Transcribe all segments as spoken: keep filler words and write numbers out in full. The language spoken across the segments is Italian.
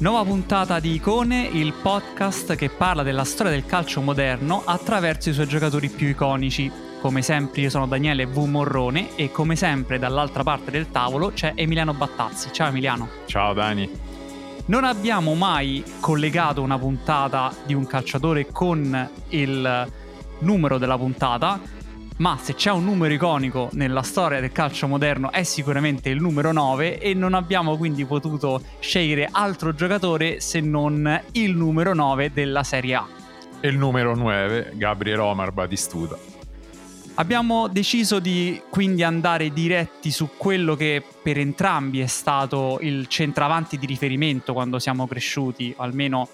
Nuova puntata di Icone, il podcast che parla della storia del calcio moderno attraverso i suoi giocatori più iconici. Come sempre io sono Daniele V. Morrone e come sempre dall'altra parte del tavolo c'è Emiliano Battazzi. Ciao Emiliano. Ciao Dani. Non abbiamo mai collegato una puntata di un calciatore con il numero della puntata, ma se c'è un numero iconico nella storia del calcio moderno è sicuramente il numero nove e non abbiamo quindi potuto scegliere altro giocatore se non il numero nove della Serie A. E il numero nove, Gabriel Omar Batistuta. Abbiamo deciso di quindi andare diretti su quello che per entrambi è stato il centravanti di riferimento quando siamo cresciuti, o almeno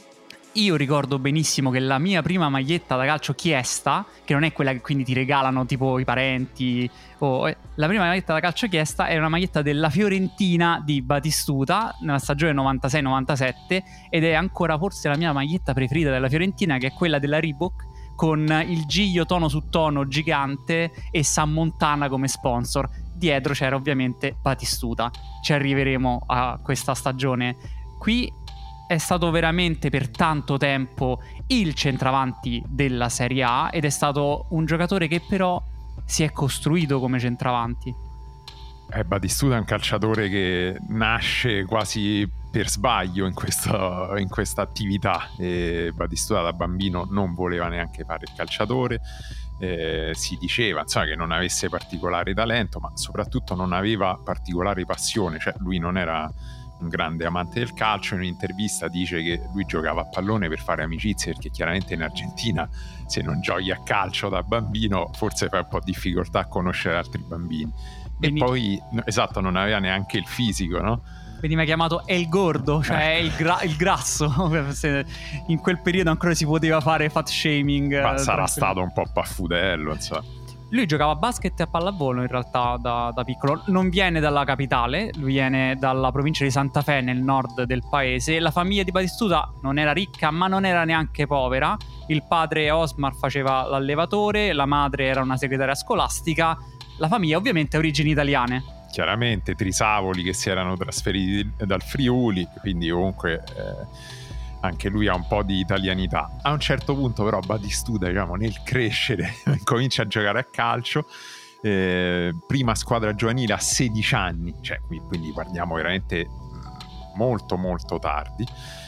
io ricordo benissimo che la mia prima maglietta da calcio chiesta, che non è quella che quindi ti regalano tipo i parenti, o eh, la prima maglietta da calcio chiesta era una maglietta della Fiorentina di Batistuta nella stagione novantasei novantasette ed è ancora forse la mia maglietta preferita della Fiorentina, che è quella della Reebok con il giglio tono su tono gigante e San Montana come sponsor. Dietro c'era ovviamente Batistuta. Ci arriveremo a questa stagione. Qui è stato veramente per tanto tempo il centravanti della Serie A ed è stato un giocatore che però si è costruito come centravanti. Eh, Batistuta è un calciatore che nasce quasi per sbaglio in questa, in questa attività. E Batistuta da bambino non voleva neanche fare il calciatore, eh, si diceva insomma che non avesse particolare talento, ma soprattutto non aveva particolare passione, cioè lui non era un grande amante del calcio. In un'intervista dice che lui giocava a pallone per fare amicizie, perché chiaramente in Argentina se non giochi a calcio da bambino forse fai un po' difficoltà a conoscere altri bambini. Veni... e poi esatto, non aveva neanche il fisico, no? Veniva chiamato El Gordo, cioè il, gra- il grasso. In quel periodo ancora si poteva fare fat shaming. Ma sarà stato un po' paffudello, insomma. Lui giocava a basket e a pallavolo in realtà da, da piccolo. Non viene dalla capitale, lui viene dalla provincia di Santa Fe nel nord del paese. La famiglia di Batistuta non era ricca ma non era neanche povera. Il padre Osmar faceva l'allevatore, la madre era una segretaria scolastica. La famiglia ovviamente ha origini italiane. Chiaramente Trisavoli che si erano trasferiti dal Friuli, quindi comunque eh, anche lui ha un po' di italianità. A un certo punto però Batistuta, diciamo, nel crescere comincia a giocare a calcio, eh, prima squadra giovanile a sedici anni, cioè quindi guardiamo veramente molto molto tardi.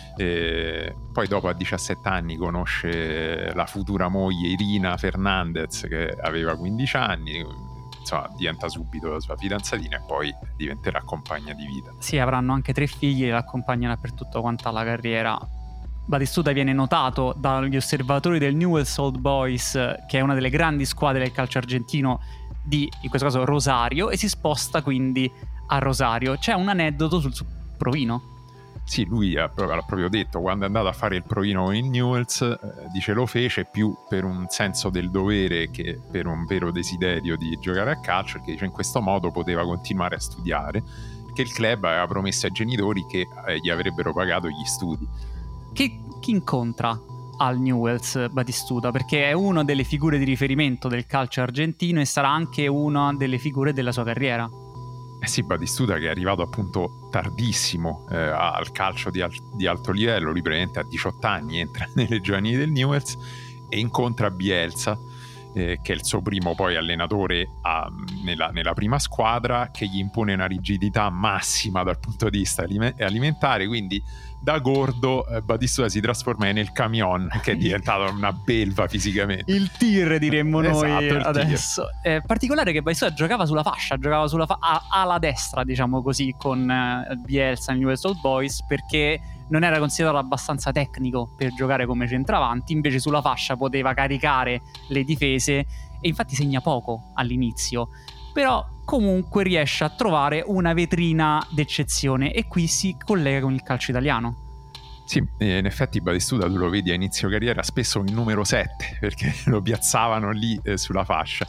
Eh, poi dopo a diciassette anni conosce la futura moglie Irina Fernandez che aveva quindici anni. Insomma, diventa subito la sua fidanzatina e poi diventerà compagna di vita. Sì, avranno anche tre figli e l'accompagnano per tutta quanta la carriera. Batistuta viene notato dagli osservatori del Newell's Old Boys, che è una delle grandi squadre del calcio argentino di, in questo caso, Rosario, e si sposta quindi a Rosario. C'è un aneddoto sul suo provino. Sì, lui ha proprio, l'ha proprio detto, quando è andato a fare il provino con il Newell's, eh, dice lo fece più per un senso del dovere che per un vero desiderio di giocare a calcio, perché dice in questo modo poteva continuare a studiare, perché il club aveva promesso ai genitori che eh, gli avrebbero pagato gli studi. Che, chi incontra al Newell's Batistuta? Perché è una delle figure di riferimento del calcio argentino e sarà anche una delle figure della sua carriera. Eh sì, Batistuta che è arrivato appunto tardissimo eh, al calcio di, al- di alto livello, lui praticamente a diciotto anni entra nelle giovanili del Newell's e incontra Bielsa, eh, che è il suo primo poi allenatore a, nella, nella prima squadra, che gli impone una rigidità massima dal punto di vista alime- alimentare, quindi da gordo eh, Batistuta si trasforma nel camion, che è diventato una belva fisicamente. Il tir diremmo noi esatto, adesso. È particolare che Batistuta giocava sulla fascia, giocava sulla fa- a- alla destra, diciamo così, con eh, Bielsa nel Newell's Old Boys, perché non era considerato abbastanza tecnico per giocare come centravanti, invece sulla fascia poteva caricare le difese e infatti segna poco all'inizio. Però comunque riesce a trovare una vetrina d'eccezione e qui si collega con il calcio italiano. Sì, in effetti Batistuta tu lo vedi a inizio carriera spesso il numero sette, perché lo piazzavano lì eh, sulla fascia.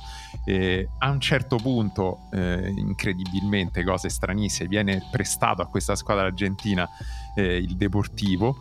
E a un certo punto, eh, incredibilmente, cose stranissime, viene prestato a questa squadra argentina eh, il Deportivo,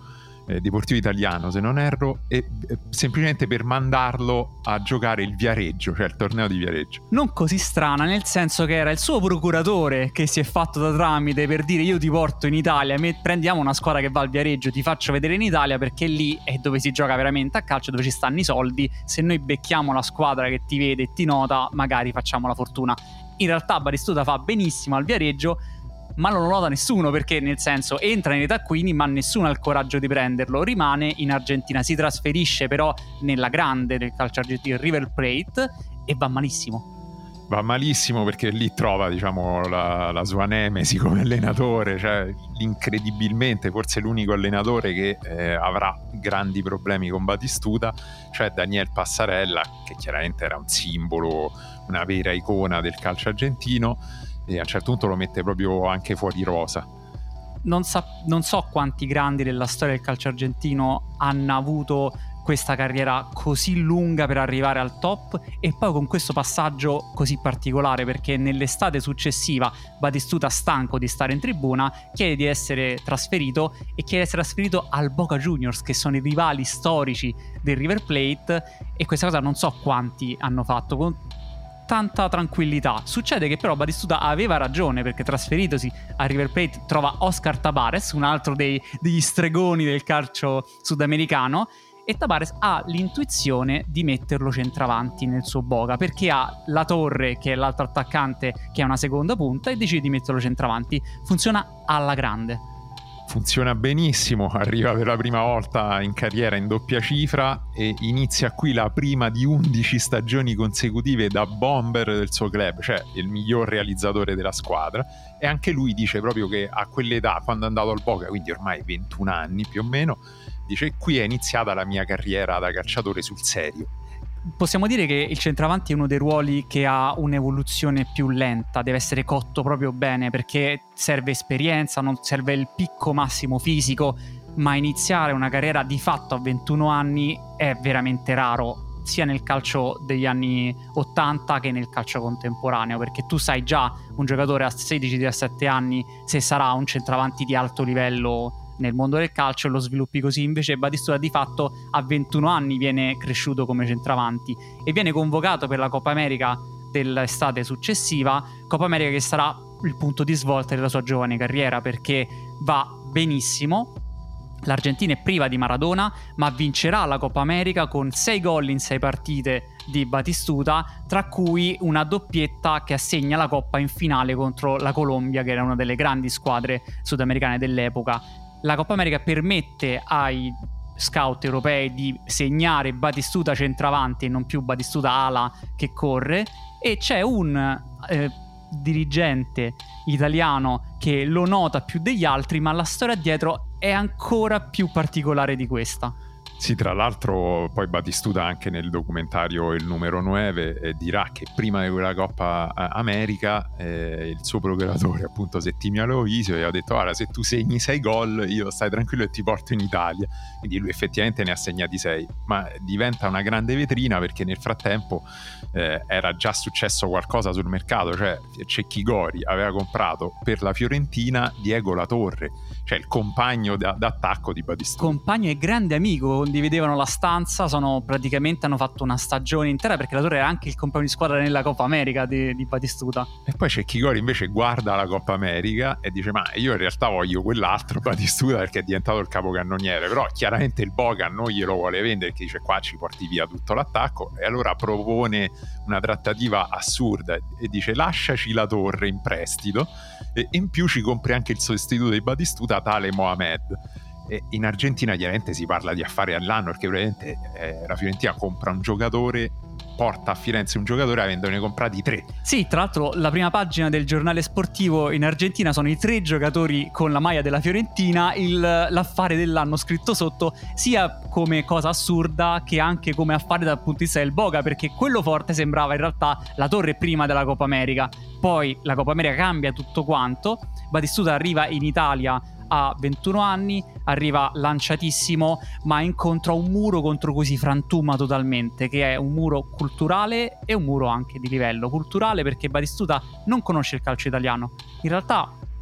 eh, Deportivo Italiano se non erro, e eh, semplicemente per mandarlo a giocare il Viareggio, cioè il torneo di Viareggio. Non così strana, nel senso che era il suo procuratore che si è fatto da tramite per dire: io ti porto in Italia, me- prendiamo una squadra che va al Viareggio, ti faccio vedere in Italia, perché lì è dove si gioca veramente a calcio, dove ci stanno i soldi. Se noi becchiamo la squadra che ti vede e ti nota, magari facciamo la fortuna. In realtà Batistuta fa benissimo al Viareggio, ma non lo nota nessuno, perché nel senso entra nei taccuini ma nessuno ha il coraggio di prenderlo. Rimane in Argentina, si trasferisce però nella grande del calcio argentino, River Plate, e va malissimo. Va malissimo perché lì trova, diciamo, la, la sua nemesi come allenatore, cioè incredibilmente forse l'unico allenatore che eh, avrà grandi problemi con Batistuta, cioè Daniel Passarella, che chiaramente era un simbolo, una vera icona del calcio argentino, e a un certo punto lo mette proprio anche fuori rosa. Non, sa- non so quanti grandi della storia del calcio argentino hanno avuto questa carriera così lunga per arrivare al top, e poi con questo passaggio così particolare, perché nell'estate successiva Batistuta, stanco di stare in tribuna, chiede di essere trasferito e chiede di essere trasferito al Boca Juniors, che sono i rivali storici del River Plate, e questa cosa non so quanti hanno fatto con tanta tranquillità. Succede che però Batistuta aveva ragione, perché trasferitosi a River Plate trova Oscar Tabares, un altro dei, degli stregoni del calcio sudamericano, e Tabares ha l'intuizione di metterlo centravanti nel suo Boca, perché ha la Torre, che è l'altro attaccante, che è una seconda punta, e decide di metterlo centravanti. Funziona alla grande. Funziona benissimo, arriva per la prima volta in carriera in doppia cifra e inizia qui la prima di undici stagioni consecutive da bomber del suo club, cioè il miglior realizzatore della squadra. E anche lui dice proprio che a quell'età, quando è andato al Boca, quindi ormai ventuno anni più o meno, dice: qui è iniziata la mia carriera da calciatore sul serio. Possiamo dire che il centravanti è uno dei ruoli che ha un'evoluzione più lenta, deve essere cotto proprio bene, perché serve esperienza, non serve il picco massimo fisico, ma iniziare una carriera di fatto a ventuno anni è veramente raro, sia nel calcio degli anni ottanta che nel calcio contemporaneo, perché tu sai già un giocatore a sedici diciassette anni se sarà un centravanti di alto livello nel mondo del calcio, e lo sviluppi così. Invece Batistuta di fatto a ventuno anni viene cresciuto come centravanti e viene convocato per la Coppa America dell'estate successiva, Coppa America che sarà il punto di svolta della sua giovane carriera, perché va benissimo. L'Argentina è priva di Maradona, ma vincerà la Coppa America con sei gol in sei partite di Batistuta, tra cui una doppietta che assegna la Coppa in finale contro la Colombia, che era una delle grandi squadre sudamericane dell'epoca. La Coppa America permette ai scout europei di segnare Batistuta centravanti e non più Batistuta ala che corre, e c'è un eh, dirigente italiano che lo nota più degli altri, ma la storia dietro è ancora più particolare di questa. Sì, tra l'altro poi Batistuta anche nel documentario Il numero nove eh, dirà che prima di quella Coppa America eh, il suo procuratore, appunto Settimio Aloisio, gli ha detto: guarda, se tu segni sei gol io stai tranquillo e ti porto in Italia. Quindi lui effettivamente ne ha segnati sei, ma diventa una grande vetrina perché nel frattempo eh, era già successo qualcosa sul mercato, cioè Cecchi Gori aveva comprato per la Fiorentina Diego Latorre, cioè il compagno da- d'attacco di Batistuta. Compagno e grande amico, condividevano la stanza, sono praticamente hanno fatto una stagione intera, perché Latorre era anche il compagno di squadra nella Coppa America di, di Batistuta. E poi Cecchi Gori invece guarda la Coppa America e dice: ma io in realtà voglio quell'altro Batistuta perché è diventato il capocannoniere, però chiaramente il Boca non glielo vuole vendere, perché dice: qua ci porti via tutto l'attacco. E allora propone una trattativa assurda e dice: lasciaci Latorre in prestito e in più ci compri anche il sostituto di Batistuta, tale Mohamed. E in Argentina chiaramente si parla di affari all'anno, perché praticamente eh, la Fiorentina compra un giocatore, porta a Firenze un giocatore avendone comprati tre. Sì, tra l'altro la prima pagina del giornale sportivo in Argentina sono i tre giocatori con la maglia della Fiorentina, il, l'affare dell'anno scritto sotto, sia come cosa assurda che anche come affare dal punto di vista del Boca, perché quello forte sembrava in realtà Latorre prima della Coppa America. Poi la Coppa America cambia tutto quanto, Batistuta arriva in Italia a ventuno anni, arriva lanciatissimo, ma incontra un muro contro cui si frantuma totalmente, che è un muro culturale e un muro anche di livello. Culturale perché Batistuta non conosce il calcio italiano. In realtà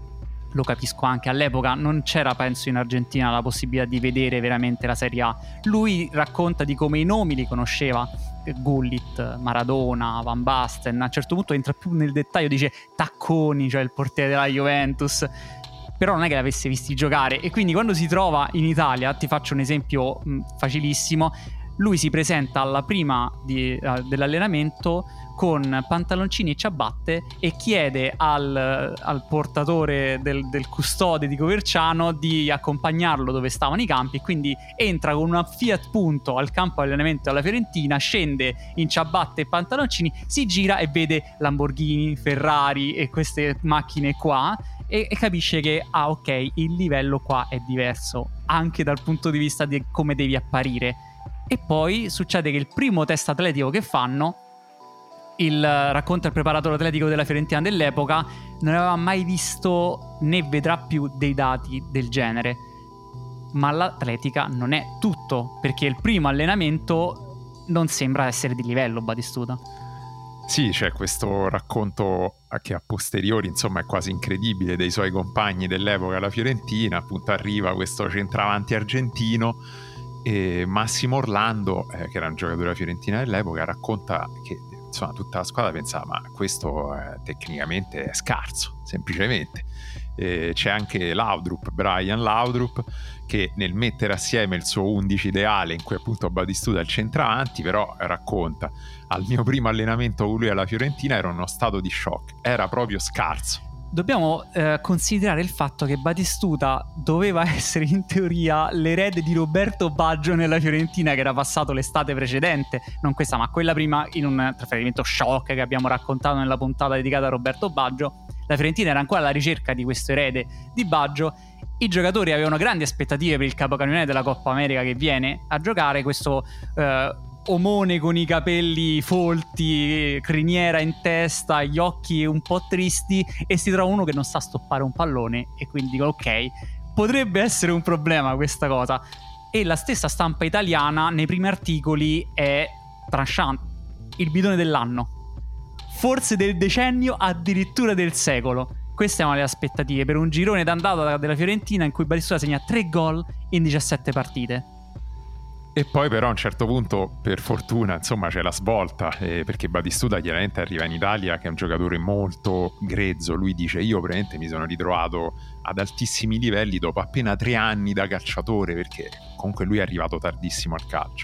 lo capisco anche, all'epoca non c'era, penso, in Argentina la possibilità di vedere veramente la Serie A. Lui racconta di come i nomi li conosceva, Gullit, Maradona, Van Basten. A un certo punto entra più nel dettaglio, dice Tacconi, cioè il portiere della Juventus, però non è che l'avesse visti giocare. E quindi quando si trova in Italia, ti faccio un esempio mh, facilissimo, lui si presenta alla prima di, uh, dell'allenamento con pantaloncini e ciabatte e chiede al, al portatore del, del custode di Coverciano di accompagnarlo dove stavano i campi, e quindi entra con una Fiat Punto al campo di allenamento della Fiorentina, scende in ciabatte e pantaloncini, si gira e vede Lamborghini, Ferrari e queste macchine qua, e, e capisce che ah ok, il livello qua è diverso anche dal punto di vista di come devi apparire. E poi succede che il primo test atletico che fanno, il racconta il preparatore atletico della Fiorentina dell'epoca, non aveva mai visto né vedrà più dei dati del genere. Ma l'atletica non è tutto, perché il primo allenamento non sembra essere di livello, Batistuta. Sì, c'è questo racconto che a posteriori, insomma, è quasi incredibile, dei suoi compagni dell'epoca alla Fiorentina. Appunto arriva questo centravanti argentino e Massimo Orlando, eh, che era un giocatore della Fiorentina dell'epoca, racconta che insomma tutta la squadra pensava ma questo eh, tecnicamente è scarso, semplicemente. Eh, c'è anche Laudrup, Brian Laudrup, che nel mettere assieme il suo undici ideale, in cui appunto Batistuta è il centravanti, però racconta: al mio primo allenamento con lui alla Fiorentina ero in uno stato di shock, era proprio scarso. Dobbiamo eh, considerare il fatto che Batistuta doveva essere in teoria l'erede di Roberto Baggio nella Fiorentina, che era passato l'estate precedente, non questa ma quella prima, in un trasferimento shock che abbiamo raccontato nella puntata dedicata a Roberto Baggio. La Fiorentina era ancora alla ricerca di questo erede di Baggio. I giocatori avevano grandi aspettative per il capocannoniere della Coppa America che viene a giocare, questo eh, omone con i capelli folti, criniera in testa, gli occhi un po' tristi, e si trova uno che non sa stoppare un pallone, e quindi dico ok, potrebbe essere un problema questa cosa. E la stessa stampa italiana nei primi articoli è tranchant: il bidone dell'anno, forse del decennio, addirittura del secolo. Queste erano le aspettative per un girone d'andata della Fiorentina in cui Batistuta segna tre gol in diciassette partite. E poi però a un certo punto, per fortuna, insomma, c'è la svolta, eh, perché Batistuta chiaramente arriva in Italia che è un giocatore molto grezzo. Lui dice: io praticamente mi sono ritrovato ad altissimi livelli dopo appena tre anni da calciatore, perché comunque lui è arrivato tardissimo al calcio.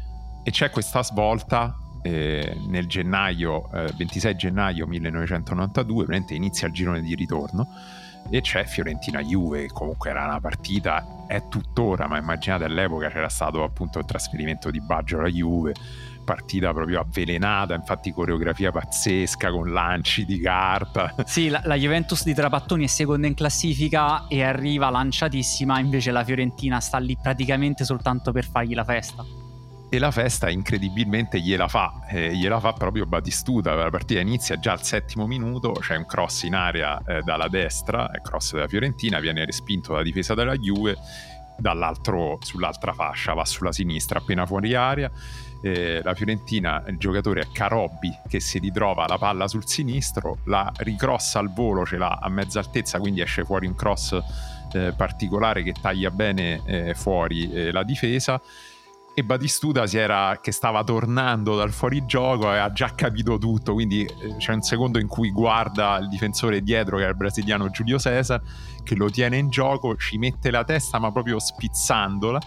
E c'è questa svolta eh, nel gennaio, eh, ventisei gennaio millenovecentonovantadue, praticamente inizia il girone di ritorno e c'è Fiorentina-Juve. Comunque era una partita, è tuttora, ma immaginate all'epoca c'era stato appunto il trasferimento di Baggio alla Juve, partita proprio avvelenata, infatti coreografia pazzesca con lanci di carta. Sì, la, la Juventus di Trapattoni è seconda in classifica e arriva lanciatissima, invece la Fiorentina sta lì praticamente soltanto per fargli la festa. E la festa incredibilmente gliela fa, eh, gliela fa proprio Batistuta. La partita inizia già al settimo minuto, c'è un cross in area eh, dalla destra, il cross della Fiorentina, viene respinto dalla difesa della Juve, dall'altro, sull'altra fascia, va sulla sinistra appena fuori area. Eh, la Fiorentina, il giocatore è Carobbi che si ritrova la palla sul sinistro, la ricrossa al volo, ce l'ha a mezza altezza, quindi esce fuori un cross eh, particolare che taglia bene eh, fuori eh, la difesa. E Batistuta si era, che stava tornando dal fuorigioco, aveva già capito tutto, quindi c'è un secondo in cui guarda il difensore dietro, che è il brasiliano Giulio Cesar, che lo tiene in gioco, ci mette la testa ma proprio spizzandola,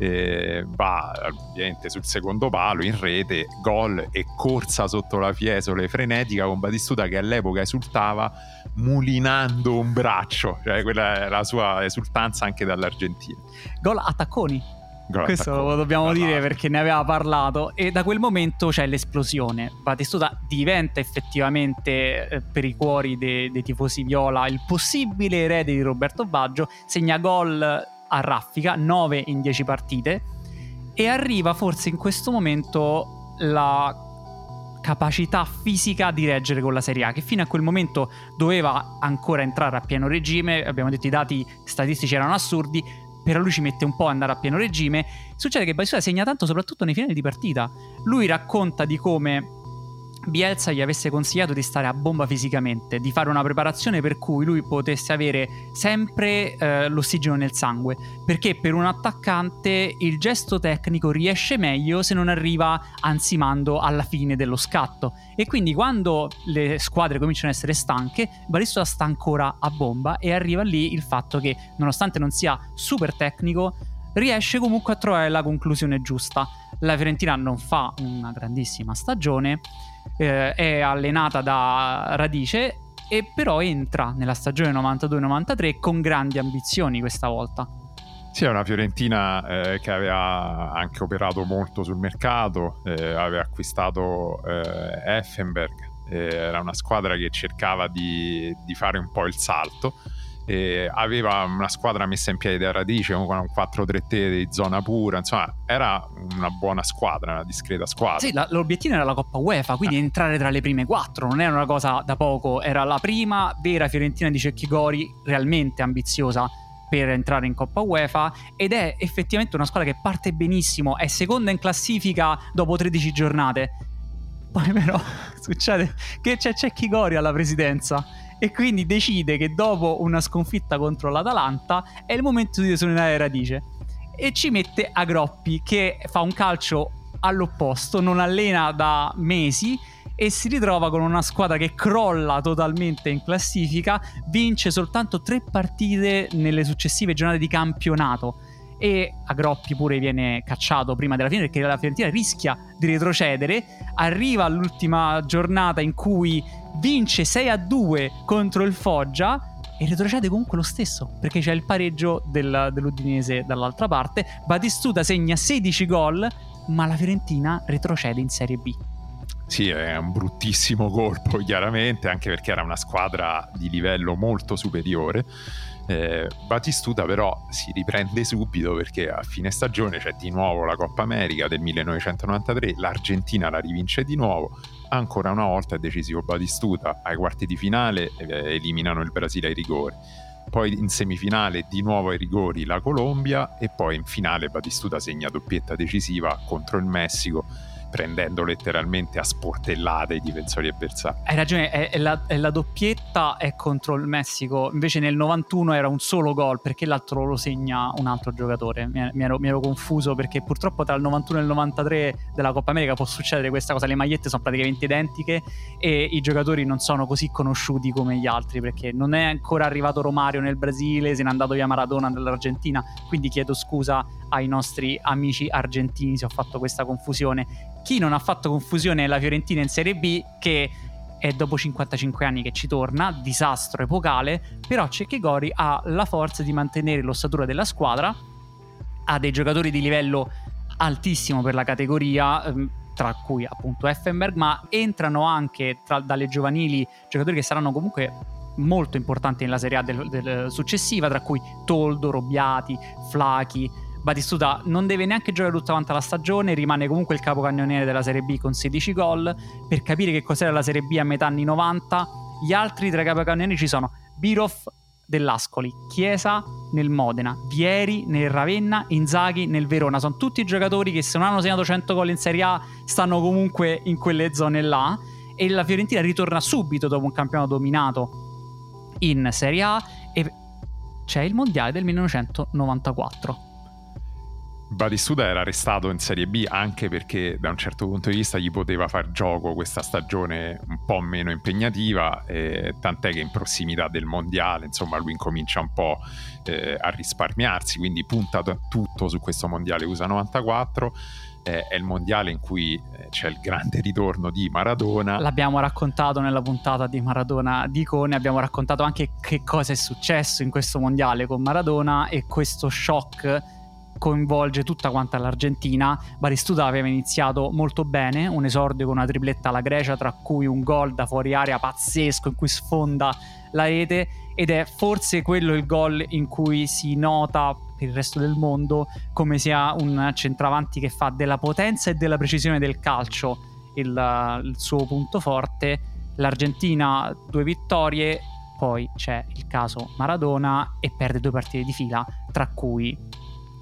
eh, va ovviamente sul secondo palo, in rete, gol e corsa sotto la Fiesole frenetica, con Batistuta che all'epoca esultava mulinando un braccio, cioè quella è la sua esultanza anche dall'Argentina. Gol a tacconi. Gol Questo attaccone. lo dobbiamo Allora, dire perché ne aveva parlato, e da quel momento c'è l'esplosione. Batistuta diventa effettivamente eh, per i cuori dei, dei tifosi viola il possibile erede di Roberto Baggio, segna gol a raffica, nove in dieci partite, e arriva forse in questo momento la capacità fisica di reggere con la Serie A, che fino a quel momento doveva ancora entrare a pieno regime. Abbiamo detto i dati statistici erano assurdi, però lui ci mette un po' ad andare a pieno regime. Succede che Batistuta segna tanto soprattutto nei finali di partita. Lui racconta di come Bielsa gli avesse consigliato di stare a bomba fisicamente, di fare una preparazione per cui lui potesse avere sempre eh, l'ossigeno nel sangue, perché per un attaccante il gesto tecnico riesce meglio se non arriva ansimando alla fine dello scatto, e quindi quando le squadre cominciano a essere stanche, Batistuta sta ancora a bomba, e arriva lì il fatto che, nonostante non sia super tecnico, riesce comunque a trovare la conclusione giusta. La Fiorentina non fa una grandissima stagione, eh, è allenata da Radice, e però entra nella stagione novantadue novantatré con grandi ambizioni questa volta. Sì, è una Fiorentina eh, che aveva anche operato molto sul mercato, eh, aveva acquistato eh, Effenberg, eh, era una squadra che cercava di, di fare un po' il salto. E aveva una squadra messa in piedi da Radice con un quattro tre tre di zona pura, insomma era una buona squadra, una discreta squadra. Sì, la, l'obiettivo era la Coppa UEFA, quindi eh. entrare tra le prime quattro non era una cosa da poco, era la prima vera Fiorentina di Cecchi Gori realmente ambiziosa per entrare in Coppa UEFA, ed è effettivamente una squadra che parte benissimo, è seconda in classifica dopo tredici giornate. Poi però succede che c'è Cecchi Gori alla presidenza, e quindi decide che dopo una sconfitta contro l'Atalanta è il momento di esonerare Radice, e ci mette Agroppi, che fa un calcio all'opposto, non allena da mesi e si ritrova con una squadra che crolla totalmente in classifica, vince soltanto tre partite nelle successive giornate di campionato, e Agroppi pure viene cacciato prima della fine perché la Fiorentina rischia di retrocedere. Arriva all'ultima giornata in cui vince sei a due contro il Foggia e retrocede comunque lo stesso, perché c'è il pareggio del, dell'Udinese dall'altra parte. Batistuta segna sedici gol, ma la Fiorentina retrocede in Serie B. Sì, è un bruttissimo colpo chiaramente, anche perché era una squadra di livello molto superiore. Eh, Batistuta però si riprende subito, perché a fine stagione c'è di nuovo la Coppa America del millenovecentonovantatré, l'Argentina la rivince di nuovo, ancora una volta è decisivo Batistuta, ai quarti di finale eh, eliminano il Brasile ai rigori, poi in semifinale di nuovo ai rigori la Colombia, e poi in finale Batistuta segna doppietta decisiva contro il Messico, prendendo letteralmente a sportellate i difensori avversari. Hai ragione, è, è, la, è la doppietta è contro il Messico, invece nel novantuno era un solo gol, perché l'altro lo segna un altro giocatore. Mi, mi, ero, mi ero confuso, perché purtroppo tra il novantuno e il novantatré della Coppa America può succedere questa cosa, le magliette sono praticamente identiche e i giocatori non sono così conosciuti come gli altri, perché non è ancora arrivato Romario nel Brasile, se n'è andato via Maradona nell'Argentina, quindi chiedo scusa ai nostri amici argentini se ho fatto questa confusione. Chi non ha fatto confusione è la Fiorentina in Serie B, che è dopo cinquantacinque anni che ci torna, disastro epocale, però Cecchi Gori ha la forza di mantenere l'ossatura della squadra, ha dei giocatori di livello altissimo per la categoria, ehm, tra cui appunto Effenberg, ma entrano anche tra, dalle giovanili giocatori che saranno comunque molto importanti nella Serie A del, del successiva, tra cui Toldo, Robbiati, Flachi. Batistuta non deve neanche giocare tutta quanta la stagione, rimane comunque il capocannoniere della Serie B con sedici gol. Per capire che cos'era la Serie B a metà anni novanta, gli altri tre capocannonieri ci sono Birov dell'Ascoli, Chiesa nel Modena, Vieri nel Ravenna, Inzaghi nel Verona. Sono tutti giocatori che, se non hanno segnato cento gol in Serie A, stanno comunque in quelle zone là, e la Fiorentina ritorna subito dopo un campionato dominato in Serie A, e c'è il mondiale del millenovecentonovantaquattro. Batistuta era restato in Serie B anche perché da un certo punto di vista gli poteva far gioco questa stagione un po' meno impegnativa, eh, tant'è che in prossimità del mondiale insomma lui incomincia un po' eh, a risparmiarsi, quindi punta t- tutto su questo mondiale U S A novantaquattro. Eh, è il mondiale in cui eh, c'è il grande ritorno di Maradona. L'abbiamo raccontato nella puntata di Maradona di Icone, abbiamo raccontato anche che cosa è successo in questo mondiale con Maradona, e questo shock coinvolge tutta quanta l'Argentina. Batistuta aveva iniziato molto bene, un esordio con una tripletta alla Grecia, tra cui un gol da fuori area pazzesco in cui sfonda la rete, ed è forse quello il gol in cui si nota per il resto del mondo come sia un centravanti che fa della potenza e della precisione del calcio il, il suo punto forte. L'Argentina due vittorie, poi c'è il caso Maradona e perde due partite di fila, tra cui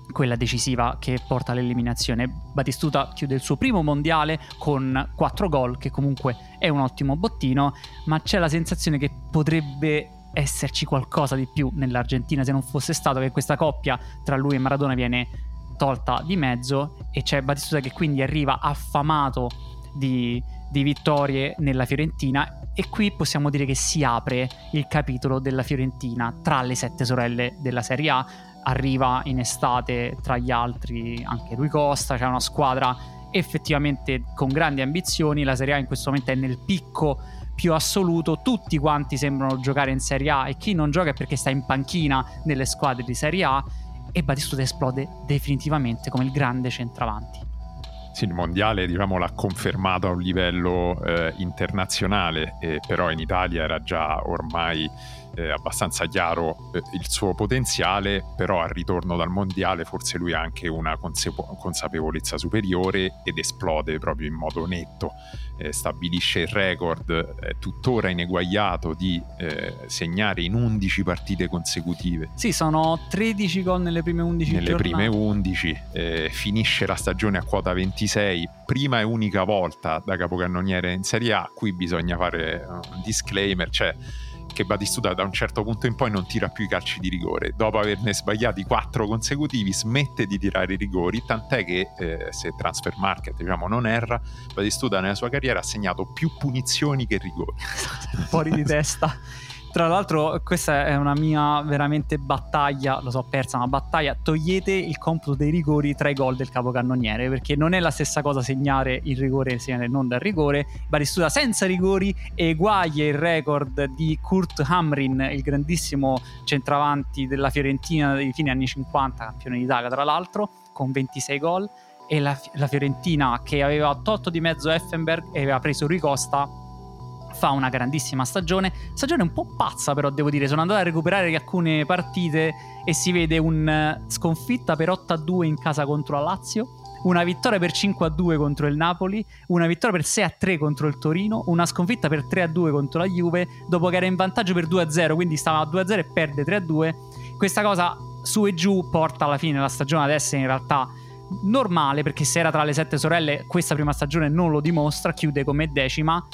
quella decisiva che porta all'eliminazione. Batistuta chiude il suo primo mondiale con quattro gol, che comunque è un ottimo bottino, ma c'è la sensazione che potrebbe esserci qualcosa di più nell'Argentina se non fosse stato che questa coppia tra lui e Maradona viene tolta di mezzo, e c'è Batistuta che quindi arriva affamato di, di vittorie nella Fiorentina, e qui possiamo dire che si apre il capitolo della Fiorentina tra le sette sorelle della Serie A. Arriva in estate tra gli altri anche Rui Costa, c'è una squadra effettivamente con grandi ambizioni. La Serie A in questo momento è nel picco più assoluto, tutti quanti sembrano giocare in Serie A e chi non gioca è perché sta in panchina nelle squadre di Serie A, e Batistuta esplode definitivamente come il grande centravanti. Sì, il mondiale, diciamo, l'ha confermato a un livello eh, internazionale, eh, però in Italia era già ormai eh, abbastanza chiaro eh, il suo potenziale, però al ritorno dal mondiale forse lui ha anche una consapevo- consapevolezza superiore ed esplode proprio in modo netto. Eh, stabilisce il record eh, tuttora ineguagliato di eh, segnare in undici partite consecutive. Sì, sono tredici gol nelle prime undici nelle giornate. prime undici, eh, finisce la stagione a quota ventisei, prima e unica volta da capocannoniere in Serie A. Qui bisogna fare un disclaimer, cioè che Batistuta da un certo punto in poi non tira più i calci di rigore. Dopo averne sbagliati quattro consecutivi smette di tirare i rigori, tant'è che eh, se Transfermarkt, diciamo, non erra, Batistuta nella sua carriera ha segnato più punizioni che rigori. Fuori di testa. Tra l'altro questa è una mia veramente battaglia, lo so, persa una battaglia: togliete il computo dei rigori tra i gol del capocannoniere, perché non è la stessa cosa segnare il rigore e segnare non dal rigore. Batistuta senza rigori eguaglia il record di Kurt Hamrin, il grandissimo centravanti della Fiorentina dei fine anni cinquanta, campione d'Italia tra l'altro, con ventisei gol, e la, la Fiorentina, che aveva tolto di mezzo Effenberg e aveva preso Rui Costa, fa una grandissima stagione, stagione un po' pazza però devo dire. Sono andato a recuperare alcune partite e si vede un sconfitta per otto a due in casa contro la Lazio, una vittoria per cinque a due contro il Napoli, una vittoria per sei a tre contro il Torino, una sconfitta per tre a due contro la Juve, dopo che era in vantaggio per due a zero, quindi stava a due a zero e perde tre a due. Questa cosa su e giù porta alla fine la stagione ad essere in realtà normale, perché se era tra le sette sorelle questa prima stagione non lo dimostra, chiude come decima,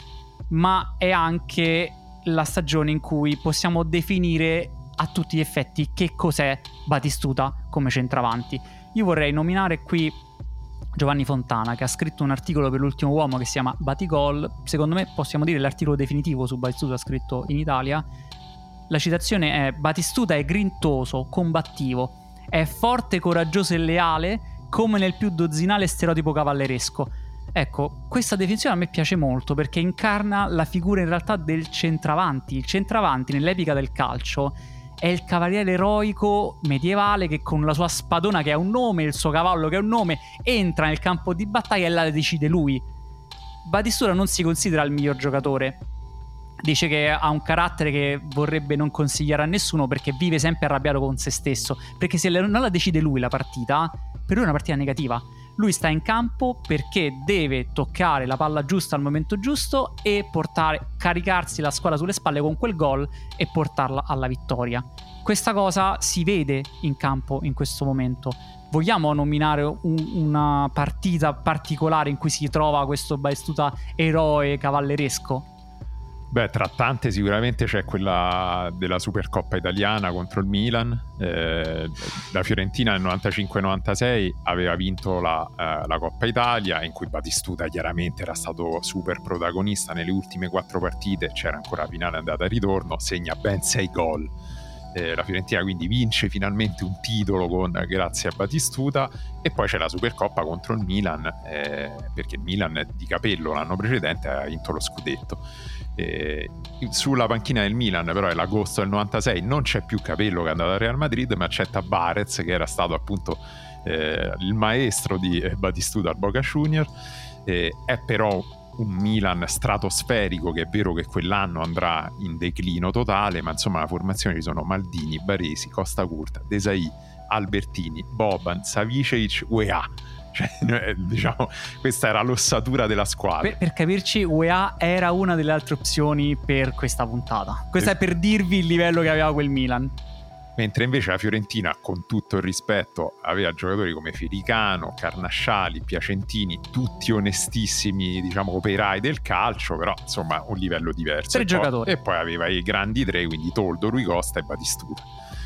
ma è anche la stagione in cui possiamo definire a tutti gli effetti che cos'è Batistuta come centravanti. Io vorrei nominare qui Giovanni Fontana, che ha scritto un articolo per l'Ultimo Uomo che si chiama Batigol. Secondo me possiamo dire l'articolo definitivo su Batistuta scritto in Italia. La citazione è: Batistuta è grintoso, combattivo, è forte, coraggioso e leale come nel più dozzinale stereotipo cavalleresco. Ecco, questa definizione a me piace molto perché incarna la figura in realtà del centravanti. Il centravanti nell'epica del calcio è il cavaliere eroico medievale che con la sua spadona che ha un nome, il suo cavallo che ha un nome, entra nel campo di battaglia e la decide lui. Batistuta non si considera il miglior giocatore. Dice che ha un carattere che vorrebbe non consigliare a nessuno perché vive sempre arrabbiato con se stesso, perché se non la decide lui la partita, per lui è una partita negativa. Lui sta in campo perché deve toccare la palla giusta al momento giusto e portare, caricarsi la squadra sulle spalle con quel gol e portarla alla vittoria. Questa cosa si vede in campo in questo momento. Vogliamo nominare un, una partita particolare in cui si trova questo Batistuta eroe cavalleresco? Beh, tra tante sicuramente c'è quella della Supercoppa italiana contro il Milan. Eh, la Fiorentina nel novantacinque novantasei aveva vinto la, eh, la Coppa Italia, in cui Batistuta chiaramente era stato super protagonista. Nelle ultime quattro partite c'era ancora la finale andata e ritorno, segna ben sei gol. Eh, la Fiorentina quindi vince finalmente un titolo con, grazie a Batistuta. E poi c'è la Supercoppa contro il Milan, eh, perché il Milan di capello l'anno precedente aveva vinto lo scudetto. Eh, sulla panchina del Milan però è l'agosto del novantasei, non c'è più Capello che è andato al Real Madrid, ma c'è Tabarez che era stato appunto eh, il maestro di Batistuta al Boca Junior. Eh, è però un Milan stratosferico, che è vero che quell'anno andrà in declino totale, ma insomma la formazione ci sono Maldini, Baresi, Costa Curta, Desailly, Albertini, Boban, Savicevic, U E A. Cioè, diciamo, questa era l'ossatura della squadra. Per, per capirci, U E A era una delle altre opzioni per questa puntata. Questa es- è per dirvi il livello che aveva quel Milan. mentre invece la Fiorentina, con tutto il rispetto, aveva giocatori come Firicano, Carnasciali, Piacentini, tutti onestissimi, diciamo, operai del calcio, però insomma un livello diverso. Tre e giocatori. Poi, e poi aveva i grandi tre, quindi Toldo, Rui Costa e Batistuta.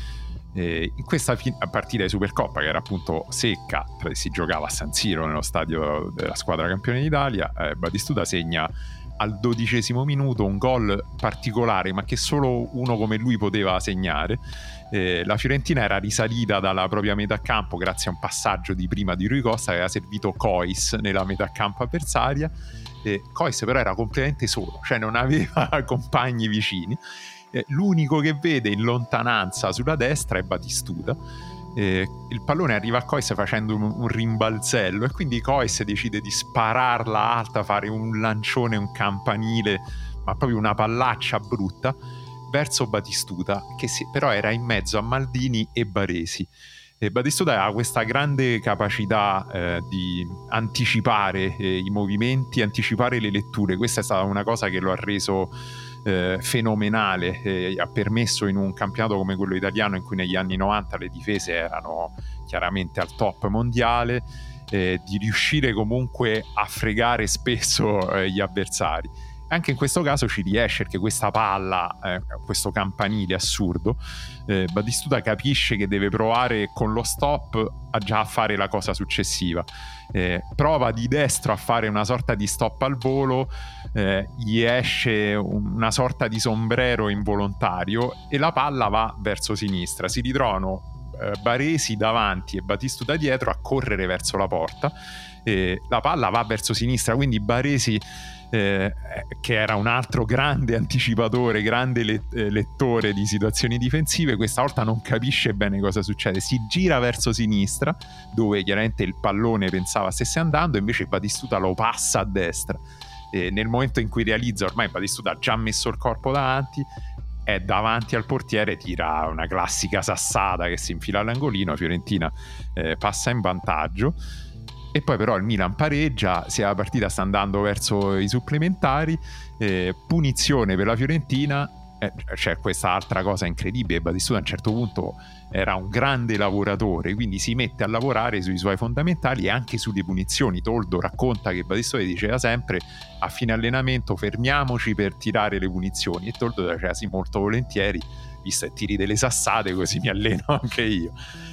Eh, in questa fi- partita di Supercoppa, che era appunto secca, si giocava a San Siro nello stadio della squadra campione d'Italia, eh, Batistuta segna al dodicesimo minuto un gol particolare, ma che solo uno come lui poteva segnare. Eh, la Fiorentina era risalita dalla propria metà campo grazie a un passaggio di prima di Rui Costa che aveva servito Cois nella metà campo avversaria. eh, Cois però era completamente solo, cioè non aveva compagni vicini. Eh, l'unico che vede in lontananza sulla destra è Batistuta. Eh, il pallone arriva a Cois facendo un, un rimbalzello e quindi Cois decide di spararla alta, fare un lancione, un campanile, ma proprio una pallaccia brutta verso Batistuta, che sì, però era in mezzo a Maldini e Baresi. E Batistuta aveva questa grande capacità eh, di anticipare eh, i movimenti, anticipare le letture. Questa è stata una cosa che lo ha reso eh, fenomenale, eh, ha permesso in un campionato come quello italiano, in cui negli anni novanta le difese erano chiaramente al top mondiale, eh, di riuscire comunque a fregare spesso eh, gli avversari. Anche in questo caso ci riesce, perché questa palla, eh, questo campanile assurdo, eh, Batistuta capisce che deve provare con lo stop a già fare la cosa successiva. Eh, prova di destro a fare una sorta di stop al volo, eh, gli esce una sorta di sombrero involontario e la palla va verso sinistra. Si ritrovano eh, Baresi davanti e Batistuta dietro a correre verso la porta. Eh, la palla va verso sinistra, quindi Baresi, Eh, che era un altro grande anticipatore, grande let- lettore di situazioni difensive, questa volta non capisce bene cosa succede, si gira verso sinistra dove chiaramente il pallone pensava stesse andando, invece Batistuta lo passa a destra. E nel momento in cui realizza, ormai Batistuta ha già messo il corpo davanti, è davanti al portiere, tira una classica sassata che si infila all'angolino, Fiorentina eh, passa in vantaggio. E poi però il Milan pareggia, se la partita sta andando verso i supplementari, eh, punizione per la Fiorentina. Eh, c'è questa altra cosa incredibile: Batistuta a un certo punto era un grande lavoratore, quindi si mette a lavorare sui suoi fondamentali e anche sulle punizioni. Toldo racconta che Batistuta diceva sempre a fine allenamento: fermiamoci per tirare le punizioni, e Toldo diceva sì, molto volentieri, visto che tiri delle sassate così mi alleno anche io.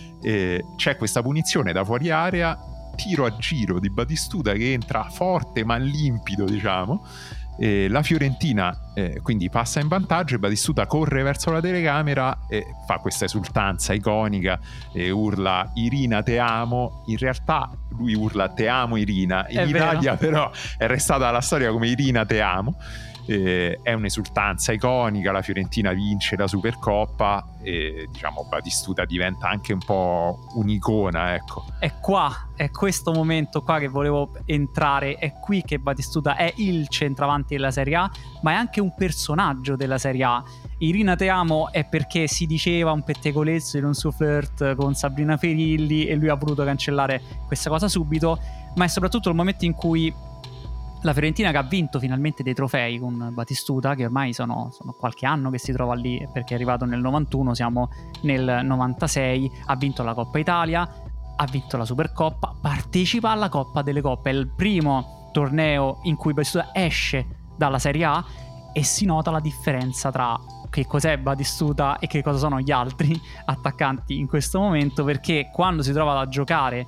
Eh, c'è questa punizione da fuori area, tiro a giro di Batistuta che entra forte ma limpido, diciamo. Eh, la Fiorentina eh, quindi passa in vantaggio e Batistuta corre verso la telecamera e fa questa esultanza iconica e urla Irina te amo. In realtà lui urla te amo Irina, in è Italia vero. però è restata la storia come Irina te amo. Eh, è un'esultanza iconica, la Fiorentina vince la Supercoppa e diciamo Batistuta diventa anche un po' un'icona, ecco. È qua, è questo momento qua che volevo entrare, è qui che Batistuta è il centravanti della Serie A, ma è anche un personaggio della Serie A. Irina te amo è perché si diceva un pettegolezzo in un suo flirt con Sabrina Ferilli e lui ha voluto cancellare questa cosa subito, ma è soprattutto il momento in cui la Fiorentina, che ha vinto finalmente dei trofei con Batistuta, che ormai sono, sono qualche anno che si trova lì, perché è arrivato nel novantuno, siamo nel novantasei, ha vinto la Coppa Italia, ha vinto la Supercoppa, partecipa alla Coppa delle Coppe, è il primo torneo in cui Batistuta esce dalla Serie A e si nota la differenza tra che cos'è Batistuta e che cosa sono gli altri attaccanti in questo momento, perché quando si trova a giocare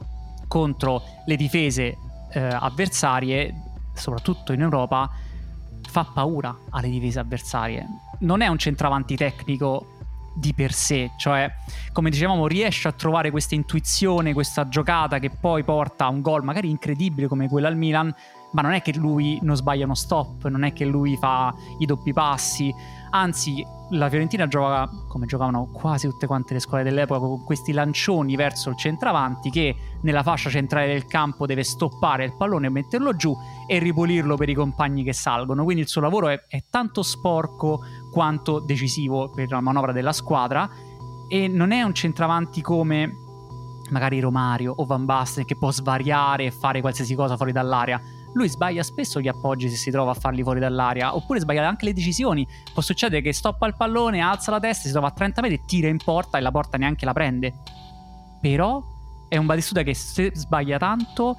contro le difese eh, avversarie, soprattutto in Europa, fa paura alle difese avversarie. Non è un centravanti tecnico di per sé, cioè come dicevamo riesce a trovare questa intuizione, questa giocata che poi porta a un gol magari incredibile come quello al Milan, ma non è che lui non sbaglia uno stop, non è che lui fa i doppi passi, anzi la Fiorentina gioca come giocavano quasi tutte quante le squadre dell'epoca, con questi lancioni verso il centravanti che nella fascia centrale del campo deve stoppare il pallone e metterlo giù e ripulirlo per i compagni che salgono, quindi il suo lavoro è, è tanto sporco quanto decisivo per la manovra della squadra, e non è un centravanti come magari Romario o Van Basten che può svariare e fare qualsiasi cosa fuori dall'area. lui sbaglia spesso gli appoggi se si trova a farli fuori dall'area, oppure sbaglia anche le decisioni. Può succedere che stoppa il pallone, alza la testa, si trova a trenta metri, tira in porta e la porta neanche la prende. Però è un Batistuta che, se sbaglia tanto,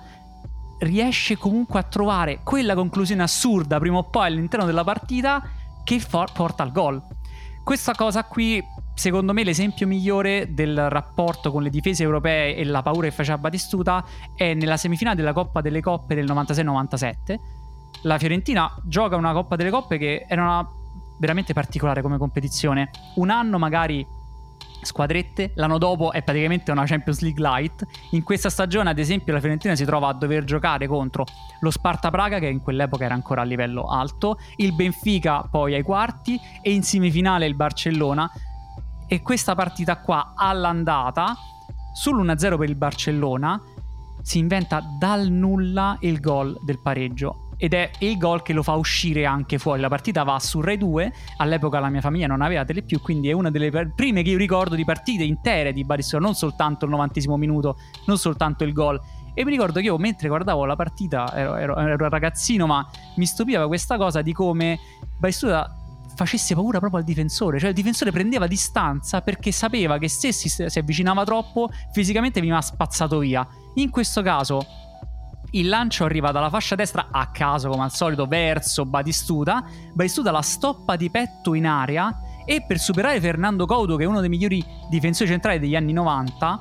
riesce comunque a trovare quella conclusione assurda prima o poi all'interno della partita che for- porta al gol. Questa cosa qui, secondo me, l'esempio migliore del rapporto con le difese europee e la paura che faceva Batistuta è nella semifinale della Coppa delle Coppe del novantasei novantasette. La Fiorentina gioca una Coppa delle Coppe che era una veramente particolare come competizione. Un anno magari squadrette, l'anno dopo è praticamente una Champions League light. In questa stagione, ad esempio, la Fiorentina si trova a dover giocare contro lo Sparta Praga, che in quell'epoca era ancora a livello alto, il Benfica poi ai quarti e in semifinale il Barcellona. E questa partita qua, all'andata, sull'uno a zero per il Barcellona, si inventa dal nulla il gol del pareggio. Ed è il gol che lo fa uscire anche fuori. La partita va su Rai due. All'epoca la mia famiglia non aveva tele più, quindi è una delle prime che io ricordo di partite intere di Batistuta, non soltanto il novantesimo minuto, non soltanto il gol. E mi ricordo che io, mentre guardavo la partita, ero, ero, ero ragazzino, ma mi stupiva questa cosa di come Batistuta facesse paura proprio al difensore. Cioè il difensore prendeva distanza perché sapeva che se si, si avvicinava troppo fisicamente veniva spazzato via. In questo caso il lancio arriva dalla fascia destra a caso, come al solito, verso Batistuta. Batistuta la stoppa di petto in area e, per superare Fernando Couto, che è uno dei migliori difensori centrali degli anni novanta,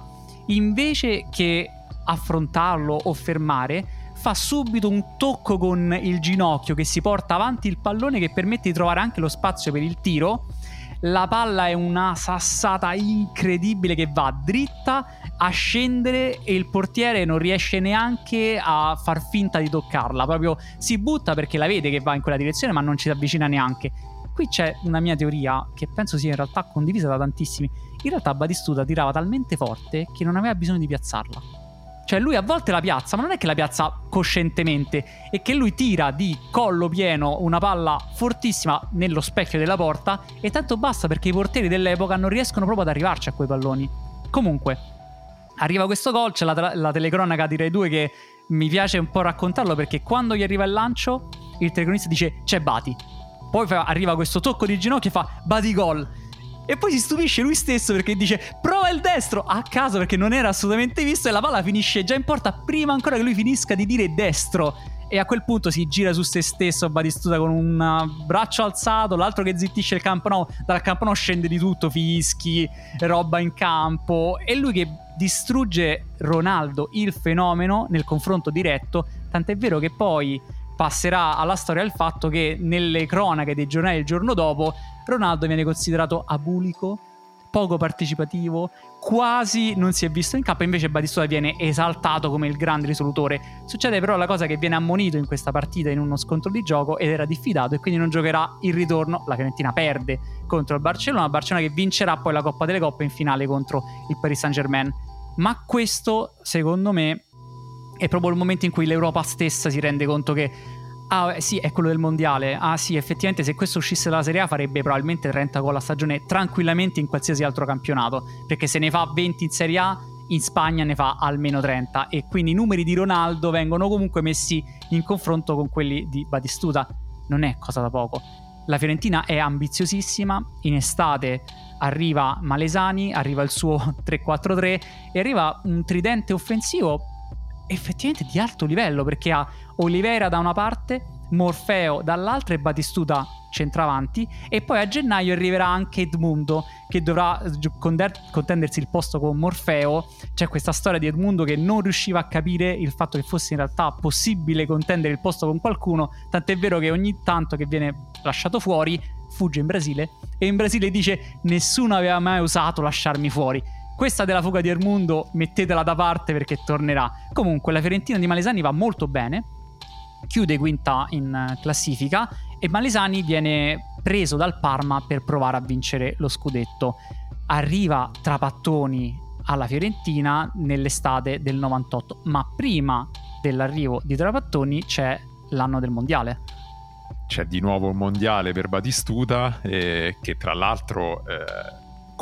invece che affrontarlo o fermare, fa subito un tocco con il ginocchio che si porta avanti il pallone, che permette di trovare anche lo spazio per il tiro. La palla è una sassata incredibile che va dritta a scendere e il portiere non riesce neanche a far finta di toccarla, proprio si butta perché la vede che va in quella direzione ma non ci si avvicina neanche. Qui c'è una mia teoria che penso sia in realtà condivisa da tantissimi. In realtà Batistuta tirava talmente forte che non aveva bisogno di piazzarla. Cioè lui a volte la piazza, ma non è che la piazza coscientemente, è che lui tira di collo pieno una palla fortissima nello specchio della porta e tanto basta, perché i portieri dell'epoca non riescono proprio ad arrivarci a quei palloni. Comunque arriva questo gol, c'è la, tra- la telecronaca di Rai due che mi piace un po' raccontarlo, perché quando gli arriva il lancio il telecronista dice c'è Bati, poi fa- arriva questo tocco di ginocchio e fa Bati gol. E poi si stupisce lui stesso perché dice prova il destro, a caso, perché non era assolutamente visto, e la palla finisce già in porta prima ancora che lui finisca di dire destro. E a quel punto si gira su se stesso Batistuta con un braccio alzato, l'altro che zittisce il Camp Nou. Dal Camp Nou scende di tutto, fischi, roba in campo, e lui che distrugge Ronaldo, il fenomeno, nel confronto diretto. Tant'è vero che poi passerà alla storia il fatto che nelle cronache dei giornali il giorno dopo Ronaldo viene considerato abulico, poco partecipativo, quasi non si è visto in campo. Invece Batistuta viene esaltato come il grande risolutore. Succede però la cosa che viene ammonito in questa partita in uno scontro di gioco ed era diffidato, e quindi non giocherà il ritorno. La Fiorentina perde contro il Barcellona, Barcellona che vincerà poi la Coppa delle Coppe in finale contro il Paris Saint-Germain. Ma questo, secondo me, è proprio il momento in cui l'Europa stessa si rende conto che ah sì, è quello del mondiale. Ah sì, effettivamente se questo uscisse dalla Serie A farebbe probabilmente trenta gol a stagione tranquillamente in qualsiasi altro campionato, perché se ne fa venti in Serie A, in Spagna ne fa almeno trenta, e quindi i numeri di Ronaldo vengono comunque messi in confronto con quelli di Batistuta. Non è cosa da poco. La Fiorentina è ambiziosissima. In estate arriva Malesani, arriva il suo tre quattro tre e arriva un tridente offensivo effettivamente di alto livello, perché ha Oliveira da una parte, Morfeo dall'altra e Batistuta centravanti, e poi a gennaio arriverà anche Edmundo che dovrà contendersi il posto con Morfeo. C'è questa storia di Edmundo che non riusciva a capire il fatto che fosse in realtà possibile contendere il posto con qualcuno, tant'è vero che ogni tanto che viene lasciato fuori fugge in Brasile, e in Brasile dice nessuno aveva mai osato lasciarmi fuori. Questa della fuga di Edmundo mettetela da parte perché tornerà. Comunque la Fiorentina di Malesani va molto bene, chiude quinta in classifica, e Malesani viene preso dal Parma per provare a vincere lo scudetto. Arriva Trapattoni alla Fiorentina nell'estate del novantotto, ma prima dell'arrivo di Trapattoni c'è l'anno del mondiale. C'è di nuovo il mondiale per Batistuta, eh, che tra l'altro eh,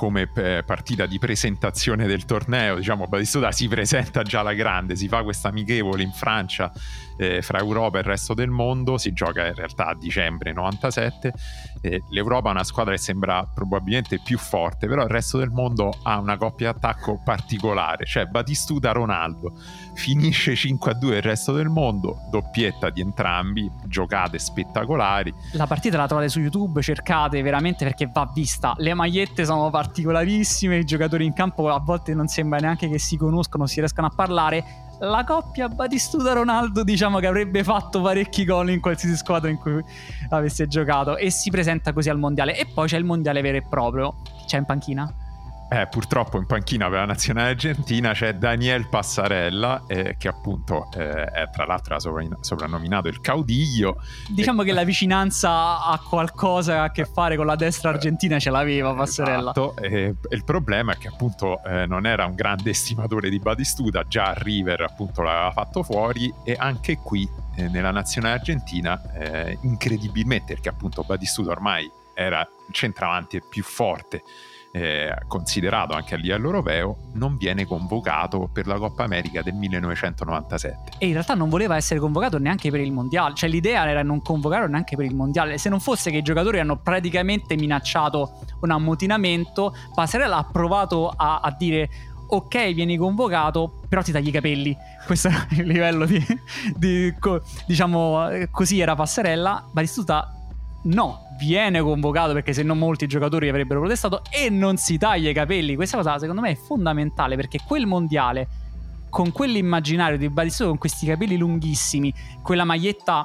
come eh, partita di presentazione del torneo, diciamo, Batistuta si presenta già alla grande, si fa questa amichevole in Francia eh, fra Europa e il resto del mondo, si gioca in realtà a dicembre novantasette, eh, l'Europa è una squadra che sembra probabilmente più forte, però il resto del mondo ha una coppia d'attacco particolare, cioè Batistuta-Ronaldo, finisce cinque a due il resto del mondo, doppietta di entrambi, giocate spettacolari. La partita la trovate su YouTube, cercate veramente perché va vista, le magliette sono particolarissime, i giocatori in campo a volte non sembra neanche che si conoscono, si riescano a parlare. La coppia Batistuta-Ronaldo diciamo che avrebbe fatto parecchi gol in qualsiasi squadra in cui avesse giocato, e si presenta così al mondiale. E poi c'è il mondiale vero e proprio. C'è in panchina? Eh, purtroppo in panchina per la nazionale argentina c'è Daniel Passarella, eh, che appunto eh, è tra l'altro soprannominato il Caudillo. Diciamo e... che la vicinanza a qualcosa a che fare con la destra argentina ce l'aveva Passarella. Esatto, e, e il problema è che appunto eh, non era un grande estimatore di Batistuta, già a River appunto l'aveva fatto fuori, e anche qui eh, nella nazionale argentina eh, incredibilmente, perché appunto Batistuta ormai era il centravanti più forte, Eh, considerato anche a livello europeo, non viene convocato per la Coppa America del millenovecentonovantasette. E in realtà non voleva essere convocato neanche per il mondiale, cioè l'idea era non convocarlo neanche per il mondiale, se non fosse che i giocatori hanno praticamente minacciato un ammutinamento. Passarella ha provato a, a dire ok, vieni convocato, però ti tagli i capelli. Questo era il livello di, di diciamo così era Passarella. Batistuta no, viene convocato perché se no molti giocatori avrebbero protestato, e non si taglia i capelli. Questa cosa secondo me è fondamentale, perché quel mondiale, con quell'immaginario di Batistuta con questi capelli lunghissimi, quella maglietta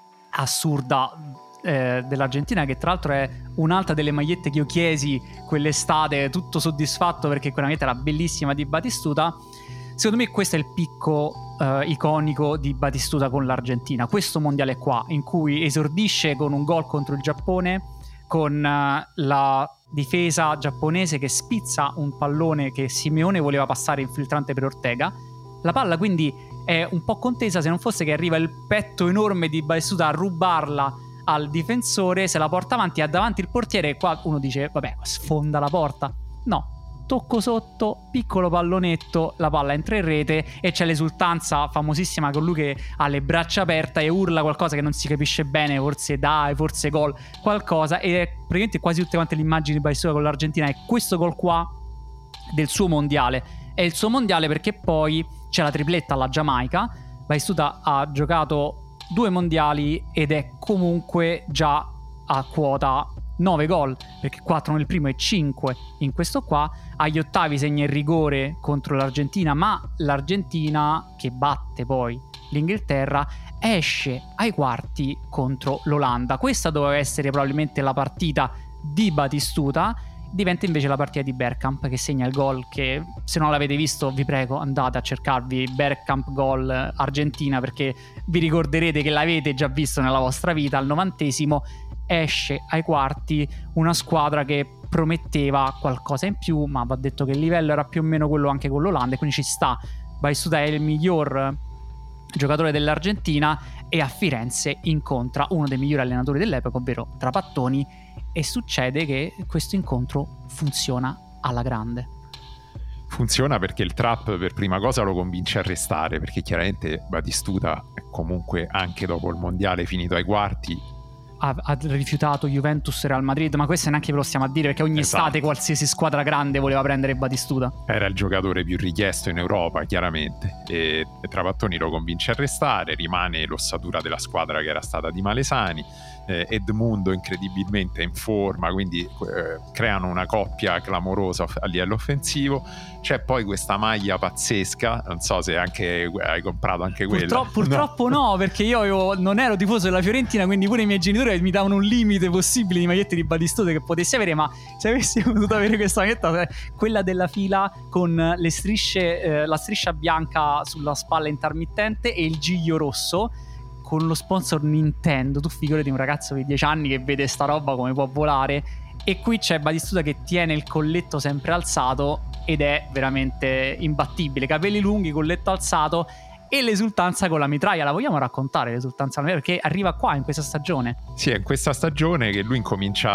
assurda eh, dell'Argentina, che tra l'altro è un'altra delle magliette che io chiesi quell'estate, tutto soddisfatto perché quella maglietta era bellissima di Batistuta. Secondo me questo è il picco uh, iconico di Batistuta con l'Argentina, questo mondiale qua, in cui esordisce con un gol contro il Giappone, con uh, la difesa giapponese che spizza un pallone che Simeone voleva passare infiltrante per Ortega. La palla quindi è un po' contesa, se non fosse che arriva il petto enorme di Batistuta a rubarla al difensore, se la porta avanti, ha davanti il portiere, e qua uno dice vabbè, sfonda la porta. No, tocco sotto, piccolo pallonetto, la palla entra in rete, e c'è l'esultanza famosissima con lui che ha le braccia aperte e urla qualcosa che non si capisce bene, forse dai, forse gol, qualcosa, e praticamente quasi tutte quante le immagini di Batistuta con l'Argentina è questo gol qua del suo mondiale. È il suo mondiale perché poi c'è la tripletta alla Giamaica. Batistuta ha giocato due mondiali ed è comunque già a quota nove gol, perché quattro nel primo e cinque in questo qua. Agli ottavi segna il rigore contro l'Argentina, ma l'Argentina, che batte poi l'Inghilterra, esce ai quarti contro l'Olanda. Questa doveva essere probabilmente la partita di Batistuta, diventa invece la partita di Bergkamp, che segna il gol che, se non l'avete visto, vi prego andate a cercarvi Bergkamp gol Argentina, perché vi ricorderete che l'avete già visto nella vostra vita. Al novantesimo esce ai quarti una squadra che prometteva qualcosa in più, ma va detto che il livello era più o meno quello anche con l'Olanda, e quindi ci sta. Batistuta è il miglior giocatore dell'Argentina, e a Firenze incontra uno dei migliori allenatori dell'epoca, ovvero Trapattoni, e succede che questo incontro funziona alla grande. Funziona perché il Trap per prima cosa lo convince a restare, perché chiaramente Batistuta comunque anche dopo il mondiale finito ai quarti Ha, ha rifiutato Juventus e Real Madrid, ma questo neanche ve lo stiamo a dire, perché ogni esatto. estate qualsiasi squadra grande voleva prendere Batistuta. Era il giocatore più richiesto in Europa, chiaramente, e, e Trapattoni lo convince a restare, rimane l'ossatura della squadra che era stata di Malesani. eh, Edmundo incredibilmente in forma, quindi eh, creano una coppia clamorosa a livello offensivo. C'è poi questa maglia pazzesca, non so se anche hai comprato anche quella. Purtroppo, purtroppo no. no, perché io avevo, non ero tifoso della Fiorentina, quindi pure i miei genitori mi davano un limite possibile di magliette di Batistuta che potessi avere, ma se avessi potuto avere questa maglietta, quella della fila con le strisce, eh, la striscia bianca sulla spalla intermittente e il giglio rosso con lo sponsor Nintendo, tu figurati un ragazzo di dieci anni che vede sta roba come può volare. E qui c'è Batistuta che tiene il colletto sempre alzato ed è veramente imbattibile, capelli lunghi, colletto alzato, e l'esultanza con la mitraglia. La vogliamo raccontare l'esultanza? Perché arriva qua in questa stagione. Sì, è in questa stagione che lui incomincia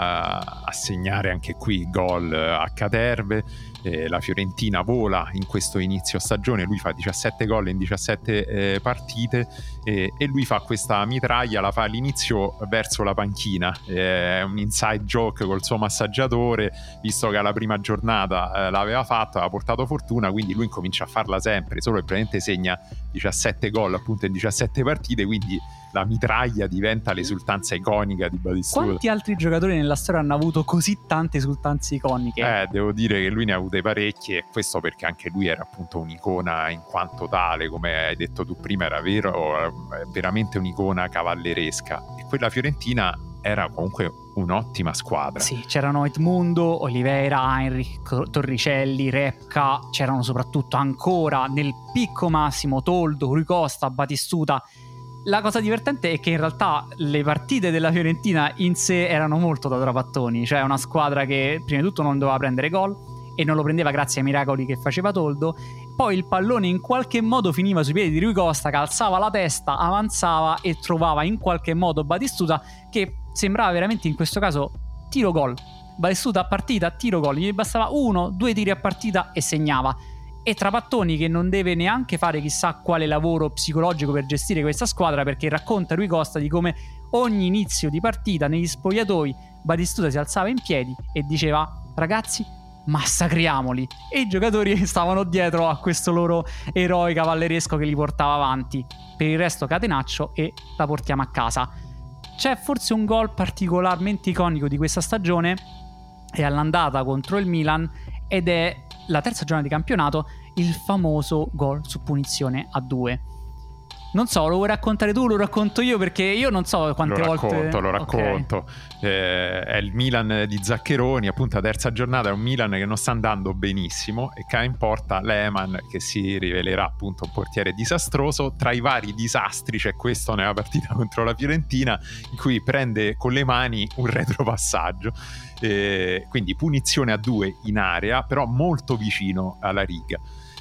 a, a segnare anche qui gol a caterve. Eh, la Fiorentina vola in questo inizio stagione, lui fa diciassette gol in diciassette eh, partite eh, e lui fa questa mitraglia, la fa all'inizio verso la panchina, è eh, un inside joke col suo massaggiatore, visto che alla prima giornata eh, l'aveva fatto, aveva portato fortuna, quindi lui incomincia a farla sempre, solo che praticamente segna diciassette gol appunto in diciassette partite, quindi la mitraglia diventa l'esultanza iconica di Batistuta. Quanti altri giocatori nella storia hanno avuto così tante esultanze iconiche? Eh, devo dire che lui ne ha avute parecchie, e questo perché anche lui era appunto un'icona in quanto tale, come hai detto tu prima, era vero, veramente un'icona cavalleresca, e quella fiorentina era comunque un'ottima squadra. Sì, c'erano Edmundo, Oliveira, Heinrich, Torricelli, Repka, c'erano soprattutto ancora nel picco massimo Toldo, Rui Costa, Batistuta. La cosa divertente è che in realtà le partite della Fiorentina in sé erano molto da trapattoni, cioè una squadra che prima di tutto non doveva prendere gol e non lo prendeva grazie ai miracoli che faceva Toldo, poi il pallone in qualche modo finiva sui piedi di Rui Costa, che alzava la testa, avanzava e trovava in qualche modo Batistuta, che sembrava veramente in questo caso tiro gol. Batistuta a partita, tiro gol, gli bastava uno, due tiri a partita e segnava. E Trapattoni, che non deve neanche fare chissà quale lavoro psicologico per gestire questa squadra, perché racconta Rui Costa di come ogni inizio di partita negli spogliatoi Batistuta si alzava in piedi e diceva: ragazzi, massacriamoli, e i giocatori stavano dietro a questo loro eroe cavalleresco che li portava avanti. Per il resto catenaccio e la portiamo a casa. C'è forse un gol particolarmente iconico di questa stagione, è all'andata contro il Milan, ed è la terza giornata di campionato, il famoso gol su punizione a due. Non so, lo vuoi raccontare tu, lo racconto io, perché io non so quante lo volte... Racconto, lo racconto, okay. eh, È il Milan di Zaccheroni, appunto la terza giornata, è un Milan che non sta andando benissimo e che ha in porta Lehmann, che si rivelerà appunto un portiere disastroso. Tra i vari disastri c'è questo nella partita contro la Fiorentina, in cui prende con le mani un retropassaggio. Eh, quindi punizione a due in area, però molto vicino alla riga,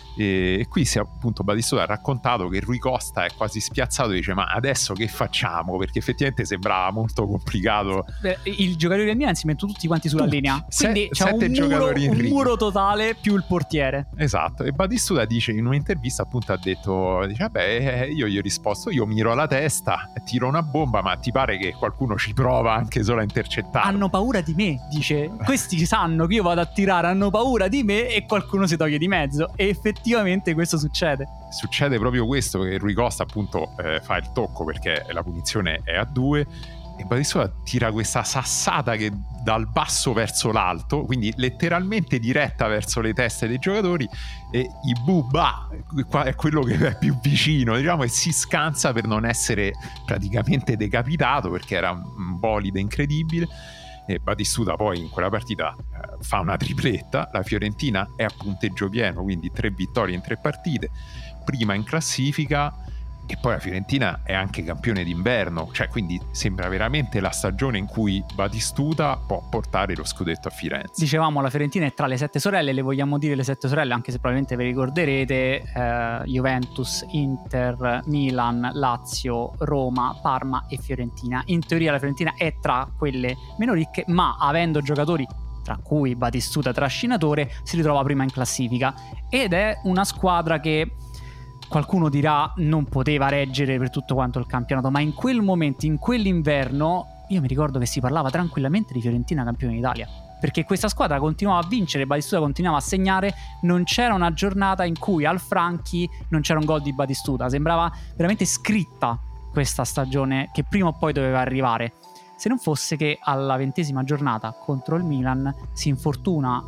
e qui si è appunto Batistuta ha raccontato che Rui Costa è quasi spiazzato, dice: ma adesso che facciamo? Perché effettivamente sembrava molto complicato. Beh, il giocatore del Milan si mettono tutti quanti sulla tutti. linea, quindi Se- c'è un muro, in un muro totale più il portiere. Esatto, e Batistuta dice in un'intervista appunto, ha detto, dice: vabbè, io gli ho risposto, io miro la testa, tiro una bomba, ma ti pare che qualcuno ci prova anche solo a intercettare? Hanno paura di me, dice, questi sanno che io vado a tirare, hanno paura di me e qualcuno si toglie di mezzo, e effettivamente Effettivamente questo succede. Succede proprio questo, che Rui Costa appunto eh, fa il tocco perché la punizione è a due, e Batistuta tira questa sassata che dal basso verso l'alto, quindi letteralmente diretta verso le teste dei giocatori, e i Bubba è quello che è più vicino, diciamo, e si scansa per non essere praticamente decapitato, perché era un bolide incredibile. E Batistuta poi in quella partita eh, fa una tripletta. La Fiorentina è a punteggio pieno, quindi tre vittorie in tre partite, prima in classifica, e poi la Fiorentina è anche campione d'inverno, cioè quindi sembra veramente la stagione in cui Batistuta può portare lo scudetto a Firenze. Dicevamo, la Fiorentina è tra le sette sorelle, le vogliamo dire le sette sorelle anche se probabilmente vi ricorderete: eh, Juventus, Inter, Milan, Lazio, Roma, Parma e Fiorentina. In teoria la Fiorentina è tra quelle meno ricche, ma avendo giocatori tra cui Batistuta trascinatore, si ritrova prima in classifica, ed è una squadra che qualcuno dirà non poteva reggere per tutto quanto il campionato, ma in quel momento, in quell'inverno, io mi ricordo che si parlava tranquillamente di Fiorentina campione d'Italia, perché questa squadra continuava a vincere, Batistuta continuava a segnare, non c'era una giornata in cui al Franchi non c'era un gol di Batistuta, sembrava veramente scritta questa stagione che prima o poi doveva arrivare, se non fosse che alla ventesima giornata contro il Milan si infortuna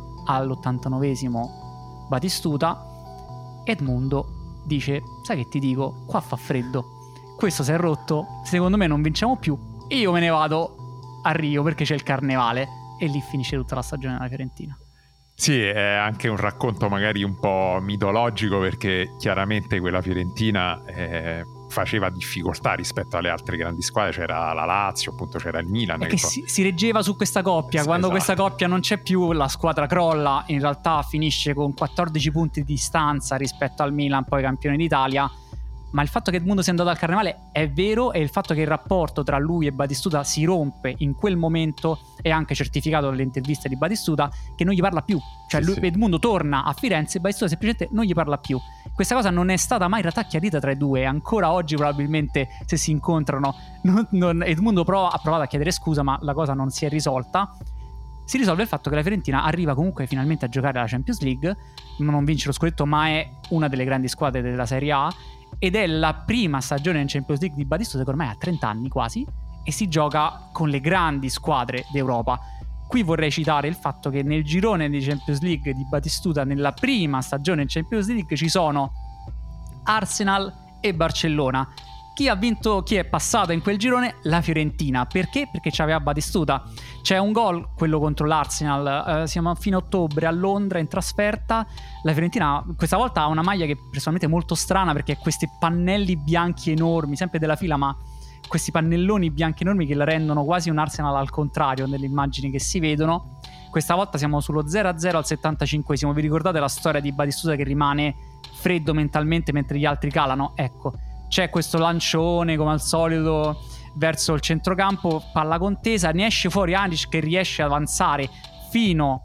all'ottantanovesimo Batistuta. Edmundo dice: sai che ti dico, qua fa freddo, questo si è rotto, secondo me non vinciamo più e io me ne vado a Rio perché c'è il carnevale, e lì finisce tutta la stagione della Fiorentina. Sì, è anche un racconto magari un po' mitologico, perché chiaramente quella Fiorentina eh, faceva difficoltà rispetto alle altre grandi squadre, c'era la Lazio, appunto c'era il Milan. E che si, si reggeva su questa coppia, quando esatto. Questa coppia non c'è più, la squadra crolla, in realtà finisce con quattordici punti di distanza rispetto al Milan, poi campione d'Italia, ma il fatto che Edmundo sia andato al carnevale è vero, e il fatto che il rapporto tra lui e Batistuta si rompe in quel momento è anche certificato dalle interviste di Batistuta, che non gli parla più. Cioè sì, lui, sì. Edmundo torna a Firenze e Batistuta semplicemente non gli parla più. Questa cosa non è stata mai in realtà chiarita tra i due. Ancora oggi probabilmente, se si incontrano, non, non, Edmundo prova, ha provato a chiedere scusa, ma la cosa non si è risolta. Si risolve il fatto che la Fiorentina arriva comunque finalmente a giocare alla Champions League, non vince lo scudetto, ma è una delle grandi squadre della Serie A, ed è la prima stagione in Champions League di Batistuta, che ormai ha trenta anni quasi, e si gioca con le grandi squadre d'Europa. Qui vorrei citare il fatto che nel girone di Champions League di Batistuta, nella prima stagione in Champions League, ci sono Arsenal e Barcellona. Chi ha vinto, chi è passato in quel girone? La Fiorentina. Perché? Perché c'aveva Batistuta. C'è un gol, quello contro l'Arsenal, eh, siamo a fine ottobre a Londra in trasferta. La Fiorentina questa volta ha una maglia che personalmente è molto strana, perché ha questi pannelli bianchi enormi, sempre della fila, ma questi pannelloni bianchi enormi che la rendono quasi un Arsenal al contrario nelle immagini che si vedono. Questa volta siamo sullo zero a zero al settantacinquesimo. Vi ricordate la storia di Batistuta che rimane freddo mentalmente mentre gli altri calano? Ecco, c'è questo lancione come al solito verso il centrocampo, palla contesa, ne esce fuori Anic che riesce ad avanzare fino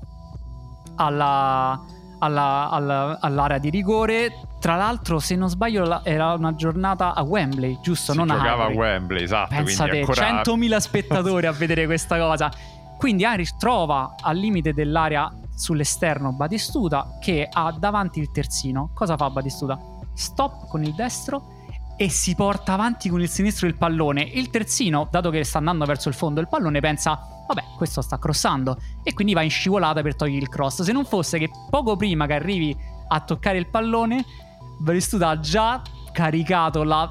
alla, alla, alla, all'area di rigore. Tra l'altro, se non sbaglio, era una giornata a Wembley, giusto? Si non giocava a a Wembley, esatto. Pensate, ancora... centomila spettatori a vedere questa cosa. Quindi Anic trova al limite dell'area sull'esterno Batistuta, che ha davanti il terzino. Cosa fa Batistuta? Stop con il destro e si porta avanti con il sinistro il pallone. Il terzino, dato che sta andando verso il fondo il pallone, pensa vabbè, questo sta crossando, e quindi va in scivolata per togliere il cross. Se non fosse che poco prima che arrivi a toccare il pallone, Batistuta ha già caricato la,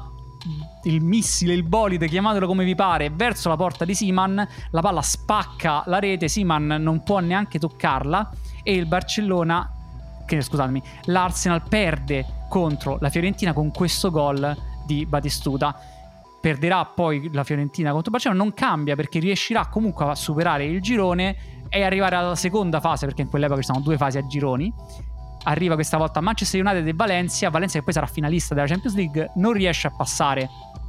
il missile, il bolide, chiamatelo come vi pare, verso la porta di Seaman. La palla spacca la rete, Seaman non può neanche toccarla, e il Barcellona che scusatemi l'Arsenal perde contro la Fiorentina con questo gol di Batistuta. Perderà poi la Fiorentina contro Barcellona, non cambia perché riuscirà comunque a superare il girone e arrivare alla seconda fase, perché in quell'epoca ci sono due fasi a gironi. Arriva questa volta Manchester United e Valencia. Valencia, che poi sarà finalista della Champions League, non riesce a passare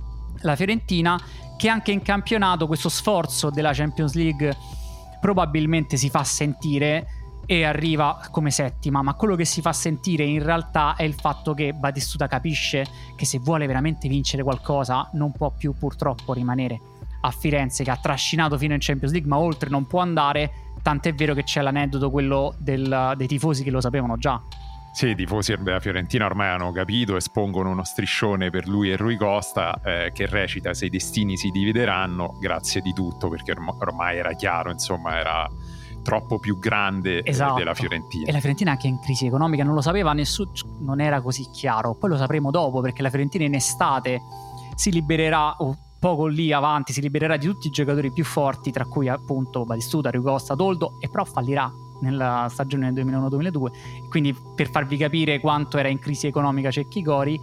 la Fiorentina, che anche in campionato questo sforzo della Champions League probabilmente si fa sentire e arriva come settima. Ma quello che si fa sentire in realtà è il fatto che Batistuta capisce che se vuole veramente vincere qualcosa non può più purtroppo rimanere a Firenze, che ha trascinato fino in Champions League ma oltre non può andare. Tant'è vero che c'è l'aneddoto quello del, dei tifosi che lo sapevano già. Sì, i tifosi della Fiorentina ormai hanno capito, espongono uno striscione per lui e Rui Costa eh, che recita: se i destini si divideranno, grazie di tutto, perché orm- ormai era chiaro, insomma, era troppo più grande esatto. della Fiorentina. E la Fiorentina anche in crisi economica, non lo sapeva nessuno, non era così chiaro. Poi lo sapremo dopo, perché la Fiorentina in estate si libererà, o poco lì avanti, si libererà di tutti i giocatori più forti, tra cui appunto Batistuta, Rui Costa, Toldo, e però fallirà nella stagione duemilauno duemiladue. Quindi, per farvi capire quanto era in crisi economica Cecchi Gori,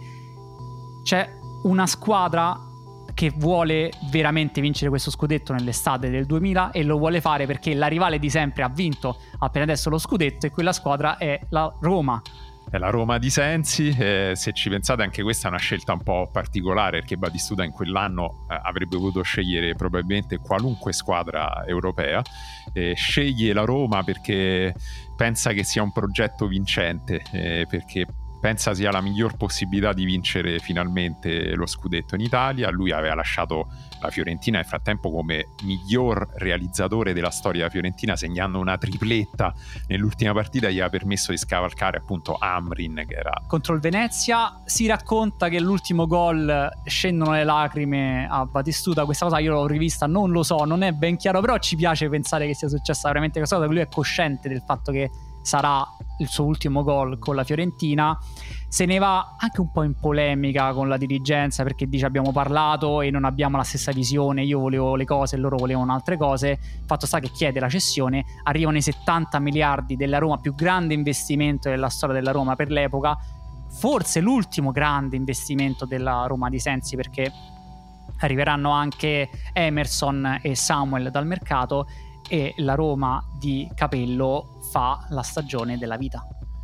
c'è una squadra che vuole veramente vincere questo scudetto nell'estate del duemila, e lo vuole fare perché la rivale di sempre ha vinto appena adesso lo scudetto, e quella squadra è la Roma. È la Roma di Sensi. Eh, se ci pensate, anche questa è una scelta un po' particolare, perché Batistuta in quell'anno eh, avrebbe potuto scegliere probabilmente qualunque squadra europea. Eh, sceglie la Roma perché pensa che sia un progetto vincente, eh, perché pensa sia la miglior possibilità di vincere finalmente lo scudetto in Italia. Lui aveva lasciato la Fiorentina nel frattempo come miglior realizzatore della storia della Fiorentina, segnando una tripletta nell'ultima partita, gli ha permesso di scavalcare appunto Amrin, che era contro il Venezia. Si racconta che l'ultimo gol scendono le lacrime a Batistuta. Questa cosa io l'ho rivista, non lo so, non è ben chiaro, però ci piace pensare che sia successa veramente questa cosa, che lui è cosciente del fatto che sarà il suo ultimo gol con la Fiorentina. Se ne va anche un po' in polemica con la dirigenza, perché dice: abbiamo parlato e non abbiamo la stessa visione, io volevo le cose e loro volevano altre cose. Fatto sta che chiede la cessione, arrivano i settanta miliardi della Roma, più grande investimento della storia della Roma per l'epoca, forse l'ultimo grande investimento della Roma di Sensi, perché arriveranno anche Emerson e Samuel dal mercato, e la Roma di Capello fa la stagione della vita.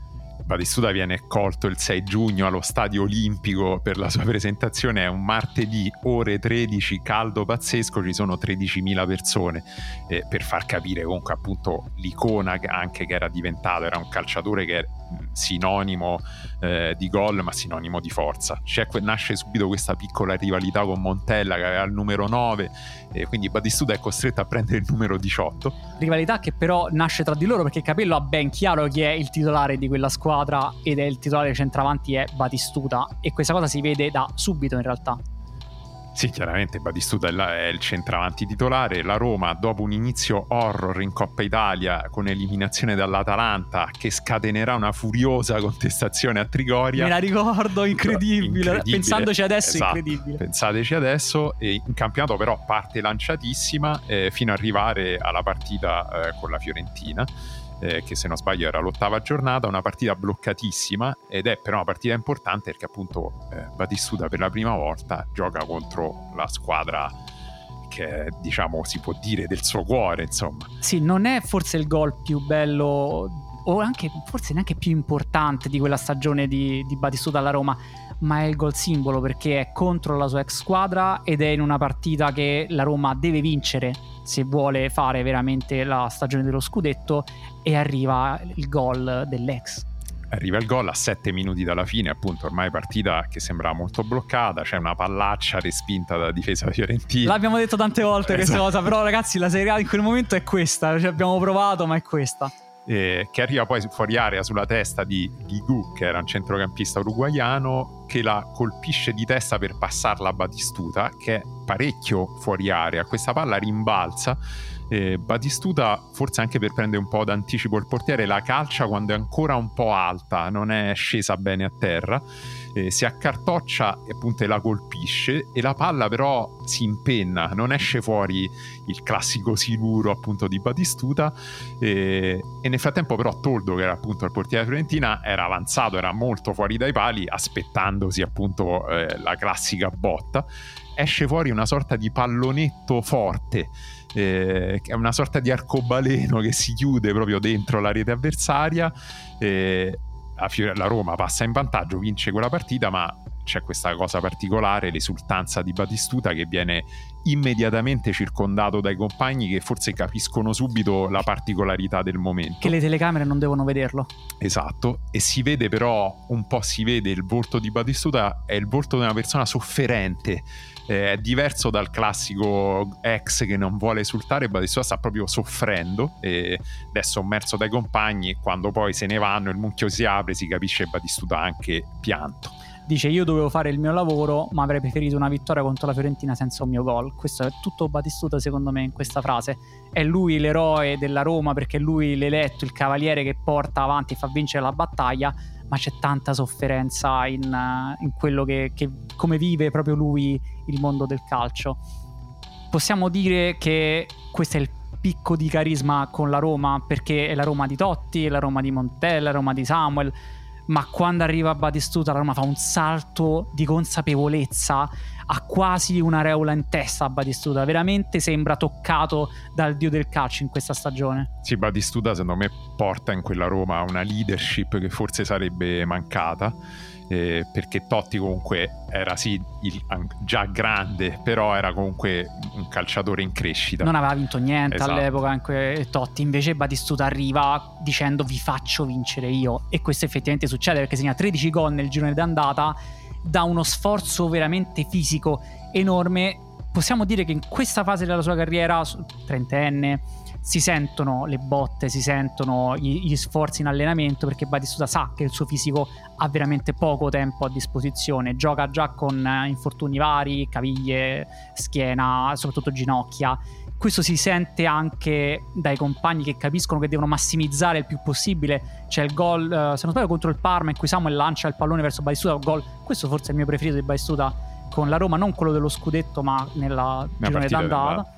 Batistuta viene colto il sei giugno allo Stadio Olimpico per la sua presentazione, è un martedì, ore tredici, caldo pazzesco, ci sono tredicimila persone, eh, per far capire comunque appunto l'icona che anche che era diventato, era un calciatore che è sinonimo eh, di gol ma sinonimo di forza. C'è, nasce subito questa piccola rivalità con Montella che aveva il numero nove, e quindi Batistuta è costretto a prendere il numero diciotto. Rivalità che però nasce tra di loro perché Capello ha ben chiaro chi è il titolare di quella squadra ed è il titolare centravanti è Batistuta, e questa cosa si vede da subito in realtà. Sì, chiaramente Batistuta è, la, è il centravanti titolare. La Roma, dopo un inizio horror in Coppa Italia con eliminazione dall'Atalanta che scatenerà una furiosa contestazione a Trigoria, me la ricordo, incredibile, incredibile. Pensandoci adesso, esatto, incredibile. Pensateci adesso, e in campionato però parte lanciatissima eh, fino ad arrivare alla partita eh, con la Fiorentina, Eh, che se non sbaglio era l'ottava giornata, una partita bloccatissima, ed è però una partita importante perché appunto eh, Batistuta per la prima volta gioca contro la squadra che diciamo si può dire del suo cuore, insomma. Sì, non è forse il gol più bello o anche forse neanche più importante di quella stagione di, di Batistuta alla Roma, ma è il gol simbolo perché è contro la sua ex squadra ed è in una partita che la Roma deve vincere se vuole fare veramente la stagione dello scudetto, e arriva il gol dell'ex. Arriva il gol a sette minuti dalla fine, appunto ormai partita che sembrava molto bloccata, c'è una pallaccia respinta dalla difesa fiorentina. L'abbiamo detto tante volte questa esatto. cosa, però ragazzi la Serie A in quel momento è questa, ci abbiamo provato ma è questa. Eh, che arriva poi fuori area sulla testa di Guigou, che era un centrocampista uruguaiano, che la colpisce di testa per passarla a Batistuta, che è parecchio fuori area. Questa palla rimbalza, eh, Batistuta forse anche per prendere un po' d'anticipo il portiere la calcia quando è ancora un po' alta, non è scesa bene a terra, eh, si accartoccia e appunto la colpisce, e la palla però si impenna, non esce fuori il classico siluro appunto di Batistuta, eh, e nel frattempo però Toldo, che era appunto il portiere fiorentina, era avanzato, era molto fuori dai pali aspettandosi appunto eh, la classica botta. Esce fuori una sorta di pallonetto forte, eh, che è una sorta di arcobaleno che si chiude proprio dentro la rete avversaria. eh, la Roma passa in vantaggio, vince quella partita, ma c'è questa cosa particolare, l'esultanza di Batistuta, che viene immediatamente circondato dai compagni che forse capiscono subito la particolarità del momento, che le telecamere non devono vederlo. Esatto, e si vede però un po', si vede il volto di Batistuta, è il volto di una persona sofferente, eh, è diverso dal classico ex che non vuole esultare. Batistuta sta proprio soffrendo e è sommerso dai compagni, e quando poi se ne vanno il mucchio si apre, si capisce che Batistuta ha anche pianto. Dice: io dovevo fare il mio lavoro, ma avrei preferito una vittoria contro la Fiorentina senza un mio gol. Questo è tutto Batistuta secondo me in questa frase. È lui l'eroe della Roma perché è lui l'eletto, il cavaliere che porta avanti e fa vincere la battaglia, ma c'è tanta sofferenza in, in quello che, che come vive proprio lui il mondo del calcio. Possiamo dire che questo è il picco di carisma con la Roma, perché è la Roma di Totti, è la Roma di Montella, la Roma di Samuel, ma quando arriva Batistuta la Roma fa un salto di consapevolezza, ha quasi una reola in testa a Batistuta, veramente sembra toccato dal dio del calcio in questa stagione. Sì, Batistuta secondo me porta in quella Roma una leadership che forse sarebbe mancata, eh, perché Totti comunque era sì il, già grande, però era comunque un calciatore in crescita, non aveva vinto niente, esatto, all'epoca in cui Totti. Invece Batistuta arriva dicendo: vi faccio vincere io, e questo effettivamente succede perché segna tredici gol nel girone d'andata, da uno sforzo veramente fisico enorme. Possiamo dire che in questa fase della sua carriera, trentenne, si sentono le botte, si sentono gli, gli sforzi in allenamento, perché Batistuta sa che il suo fisico ha veramente poco tempo a disposizione, gioca già con infortuni vari, caviglie, schiena, soprattutto ginocchia. Questo si sente anche dai compagni che capiscono che devono massimizzare il più possibile. C'è il gol, uh, se non sbaglio, contro il Parma, in cui Samuel lancia il pallone verso Batistuta, un gol, questo forse è il mio preferito di Batistuta con la Roma, non quello dello scudetto ma nella girone d'andata.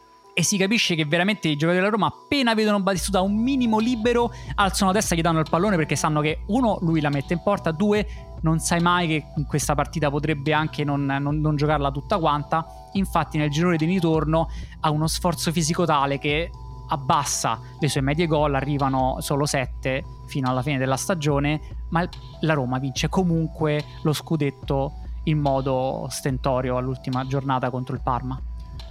E si capisce che veramente i giocatori della Roma, appena vedono Batistuta un minimo libero, alzano la testa e gli danno il pallone, perché sanno che uno, lui la mette in porta, due, non sai mai che in questa partita potrebbe anche non, non, non giocarla tutta quanta. Infatti nel girone di ritorno ha uno sforzo fisico tale che abbassa le sue medie gol, arrivano solo sette fino alla fine della stagione, ma la Roma vince comunque lo scudetto in modo stentorio all'ultima giornata contro il Parma.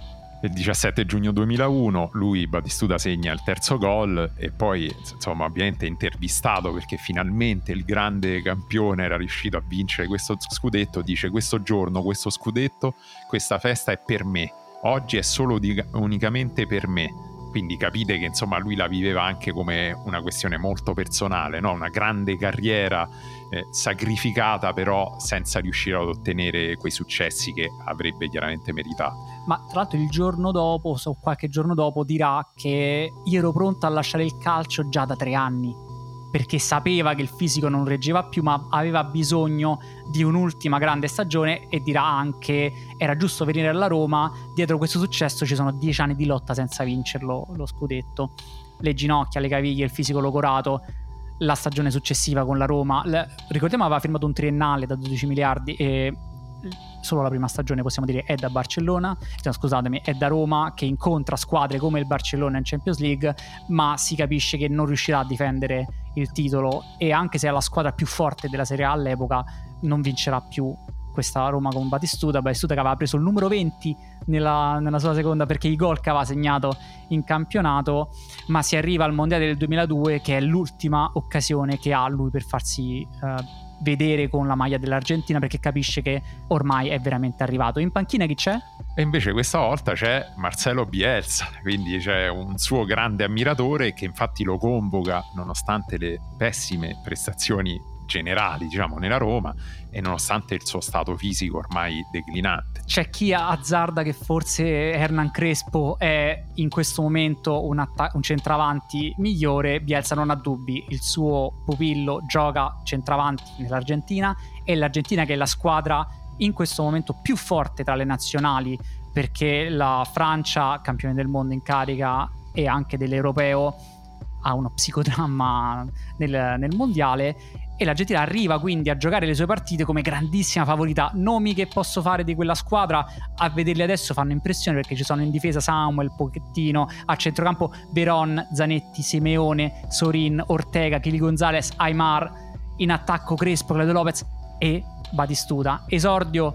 Il diciassette giugno duemilauno lui, Batistuta, segna il terzo gol e poi insomma ovviamente è intervistato perché finalmente il grande campione era riuscito a vincere questo scudetto. Dice: questo giorno, questo scudetto, questa festa è per me, oggi è solo di, unicamente per me. Quindi capite che insomma lui la viveva anche come una questione molto personale, no? Una grande carriera eh, sacrificata, però senza riuscire ad ottenere quei successi che avrebbe chiaramente meritato. Ma tra l'altro il giorno dopo, o qualche giorno dopo, dirà che io ero pronto a lasciare il calcio già da tre anni, perché sapeva che il fisico non reggeva più, ma aveva bisogno di un'ultima grande stagione, e dirà anche era giusto venire alla Roma, dietro questo successo ci sono dieci anni di lotta senza vincerlo lo scudetto, le ginocchia, le caviglie, il fisico logorato. La stagione successiva con la Roma, le, ricordiamo aveva firmato un triennale da dodici miliardi e solo la prima stagione possiamo dire è da Barcellona, no, scusatemi, è da Roma, che incontra squadre come il Barcellona in Champions League, ma si capisce che non riuscirà a difendere il titolo, e anche se è la squadra più forte della Serie A all'epoca non vincerà più questa Roma con Batistuta. Batistuta che aveva preso il numero venti nella, nella sua seconda, perché i gol che aveva segnato in campionato, ma si arriva al mondiale del duemiladue che è l'ultima occasione che ha lui per farsi eh, vedere con la maglia dell'Argentina, perché capisce che ormai è veramente arrivato. In panchina chi c'è? E invece questa volta c'è Marcelo Bielsa, quindi c'è un suo grande ammiratore che infatti lo convoca nonostante le pessime prestazioni generali, diciamo, nella Roma, e nonostante il suo stato fisico ormai declinante. C'è chi azzarda che forse Hernan Crespo è in questo momento un, atta- un centravanti migliore. Bielsa non ha dubbi, il suo pupillo gioca centravanti nell'Argentina, e l'Argentina che è la squadra in questo momento più forte tra le nazionali, perché la Francia, campione del mondo in carica e anche dell'Europeo, ha uno psicodramma nel, nel mondiale, e l'Argentina arriva quindi a giocare le sue partite come grandissima favorita. Nomi che posso fare di quella squadra, a vederli adesso fanno impressione, perché ci sono in difesa Samuel, Pochettino, a centrocampo Veron, Zanetti, Simeone, Sorin, Ortega, Chili Gonzalez, Aimar, in attacco Crespo, Claudio Lopez e Batistuta. Esordio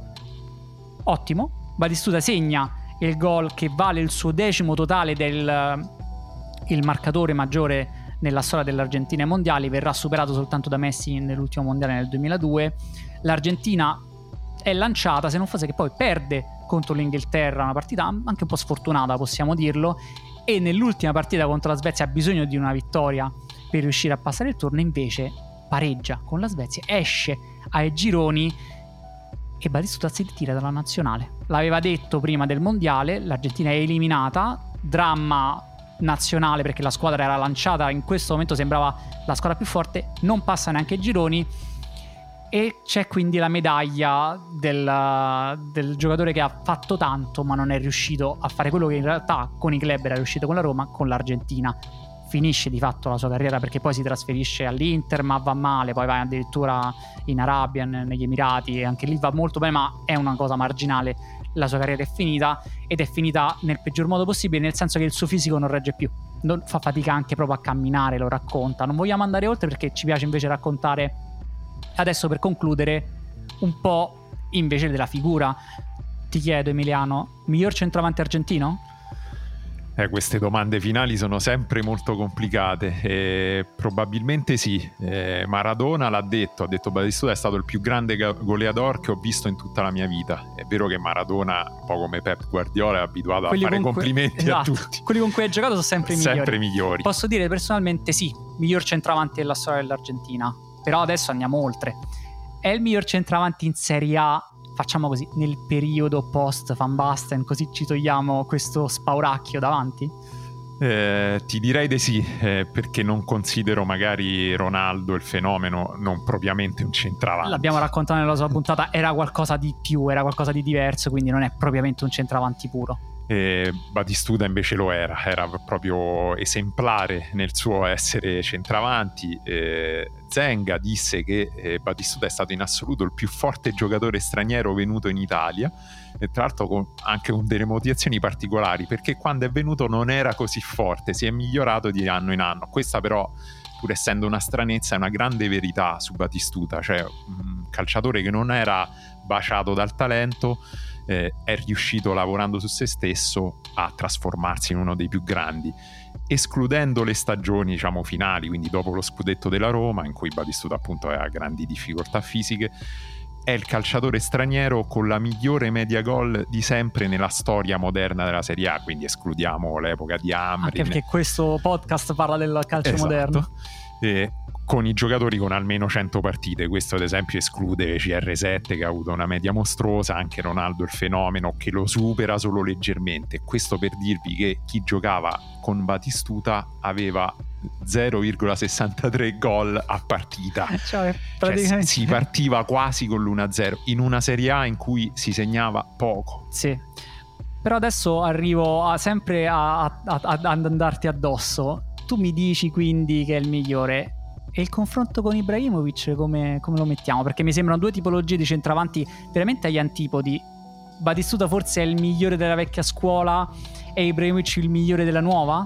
ottimo, Batistuta segna il gol che vale il suo decimo totale del il marcatore maggiore nella storia dell'Argentina ai mondiali, verrà superato soltanto da Messi nell'ultimo mondiale nel duemiladue. L'Argentina è lanciata, se non fosse che poi perde contro l'Inghilterra, una partita anche un po' sfortunata possiamo dirlo, e nell'ultima partita contro la Svezia ha bisogno di una vittoria per riuscire a passare il turno, invece pareggia con la Svezia, esce ai gironi e Batistuta si ritira dalla nazionale. L'aveva detto prima del mondiale, l'Argentina è eliminata, dramma nazionale perché la squadra era lanciata, in questo momento sembrava la squadra più forte, non passa neanche ai gironi, e c'è quindi la medaglia del, del giocatore che ha fatto tanto ma non è riuscito a fare quello che in realtà con i club era riuscito con la Roma, con l'Argentina. Finisce di fatto la sua carriera perché poi si trasferisce all'Inter ma va male, poi va addirittura in Arabia, negli Emirati, e anche lì va molto bene, ma è una cosa marginale. La sua carriera è finita, ed è finita nel peggior modo possibile, nel senso che il suo fisico non regge più, non, fa fatica anche proprio a camminare, lo racconta. Non vogliamo andare oltre perché ci piace invece raccontare adesso, per concludere, un po' invece della figura. Ti chiedo, Emiliano, miglior centravanti argentino? Eh, queste domande finali sono sempre molto complicate. Eh, probabilmente sì. Eh, Maradona l'ha detto, ha detto Batistuta è stato il più grande goleador che ho visto in tutta la mia vita. È vero che Maradona, un po' come Pep Guardiola, è abituato quelli a fare complimenti cui, esatto, a tutti. Quelli con cui hai giocato sono sempre, sempre migliori. migliori. Posso dire personalmente sì, miglior centravanti della storia dell'Argentina. Però adesso andiamo oltre. È il miglior centravanti in Serie A, facciamo così, nel periodo post Van Basten, così ci togliamo questo spauracchio davanti? Eh, ti direi di sì, eh, perché non considero magari Ronaldo il fenomeno, non propriamente un centravanti. L'abbiamo raccontato nella sua puntata, era qualcosa di più, era qualcosa di diverso, quindi non è propriamente un centravanti puro. E Batistuta invece lo era, era proprio esemplare nel suo essere centravanti. E Zenga disse che eh, Batistuta è stato in assoluto il più forte giocatore straniero venuto in Italia, e tra l'altro con, anche con delle motivazioni particolari, perché quando è venuto non era così forte, si è migliorato di anno in anno. Questa però, pur essendo una stranezza, è una grande verità su Batistuta, cioè un calciatore che non era baciato dal talento, eh, è riuscito lavorando su se stesso a trasformarsi in uno dei più grandi, escludendo le stagioni diciamo finali, quindi dopo lo scudetto della Roma in cui Batistuta appunto aveva grandi difficoltà fisiche. È il calciatore straniero con la migliore media gol di sempre nella storia moderna della Serie A, quindi escludiamo l'epoca di Amrin. Anche perché questo podcast parla del calcio esatto. moderno. E con i giocatori con almeno cento partite, questo ad esempio esclude C R sette che ha avuto una media mostruosa, anche Ronaldo il fenomeno che lo supera solo leggermente. Questo per dirvi che chi giocava con Batistuta aveva zero virgola sessantatré gol a partita, cioè, praticamente... cioè, si partiva quasi con l'uno a zero in una Serie A in cui si segnava poco. Sì, però adesso arrivo a, sempre a, a, a, ad andarti addosso. Tu mi dici quindi che è il migliore, e il confronto con Ibrahimovic come, come lo mettiamo? Perché mi sembrano due tipologie di centravanti veramente agli antipodi. Batistuta forse è il migliore della vecchia scuola e Ibrahimovic il migliore della nuova?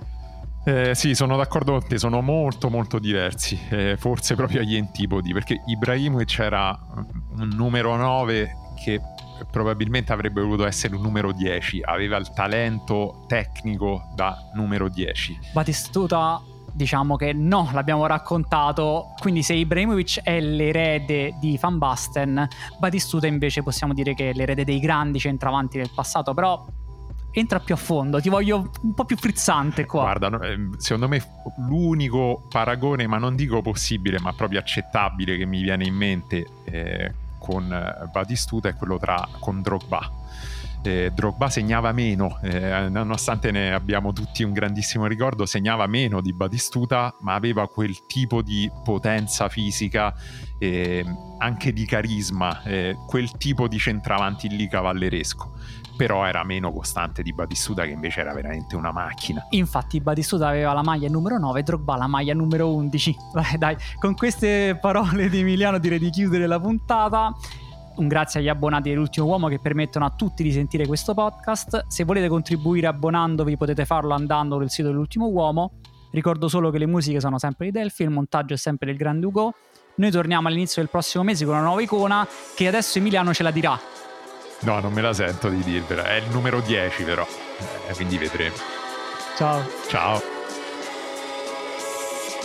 Eh, sì, sono d'accordo con te, sono molto molto diversi, eh, forse proprio agli antipodi, perché Ibrahimovic era un numero nove che probabilmente avrebbe voluto essere un numero dieci, aveva il talento tecnico da numero dieci. Batistuta, diciamo che no, l'abbiamo raccontato, quindi se Ibrahimovic è l'erede di Van Basten, Batistuta invece possiamo dire che è l'erede dei grandi centravanti del passato. Però entra più a fondo, ti voglio un po' più frizzante qua. Guarda, secondo me l'unico paragone, ma non dico possibile, ma proprio accettabile che mi viene in mente eh, con Batistuta è quello tra con Drogba. Eh, Drogba segnava meno, eh, nonostante ne abbiamo tutti un grandissimo ricordo, segnava meno di Batistuta, ma aveva quel tipo di potenza fisica, eh, anche di carisma, eh, quel tipo di centravanti lì cavalleresco, però era meno costante di Batistuta, che invece era veramente una macchina. Infatti Batistuta aveva la maglia numero nove, Drogba la maglia numero undici. Vai, dai, con queste parole di Emiliano direi di chiudere la puntata. Un grazie agli abbonati dell'Ultimo Uomo che permettono a tutti di sentire questo podcast. Se volete contribuire abbonandovi potete farlo andando sul sito dell'Ultimo Uomo. Ricordo solo che le musiche sono sempre di Delphi, il montaggio è sempre del grande Ugo. Noi torniamo all'inizio del prossimo mese con una nuova icona che adesso Emiliano ce la dirà. No, non me la sento di dirvela, è il numero dieci però, eh, quindi vedremo. Ciao. Ciao.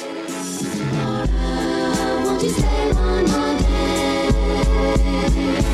Won't you stay one more day?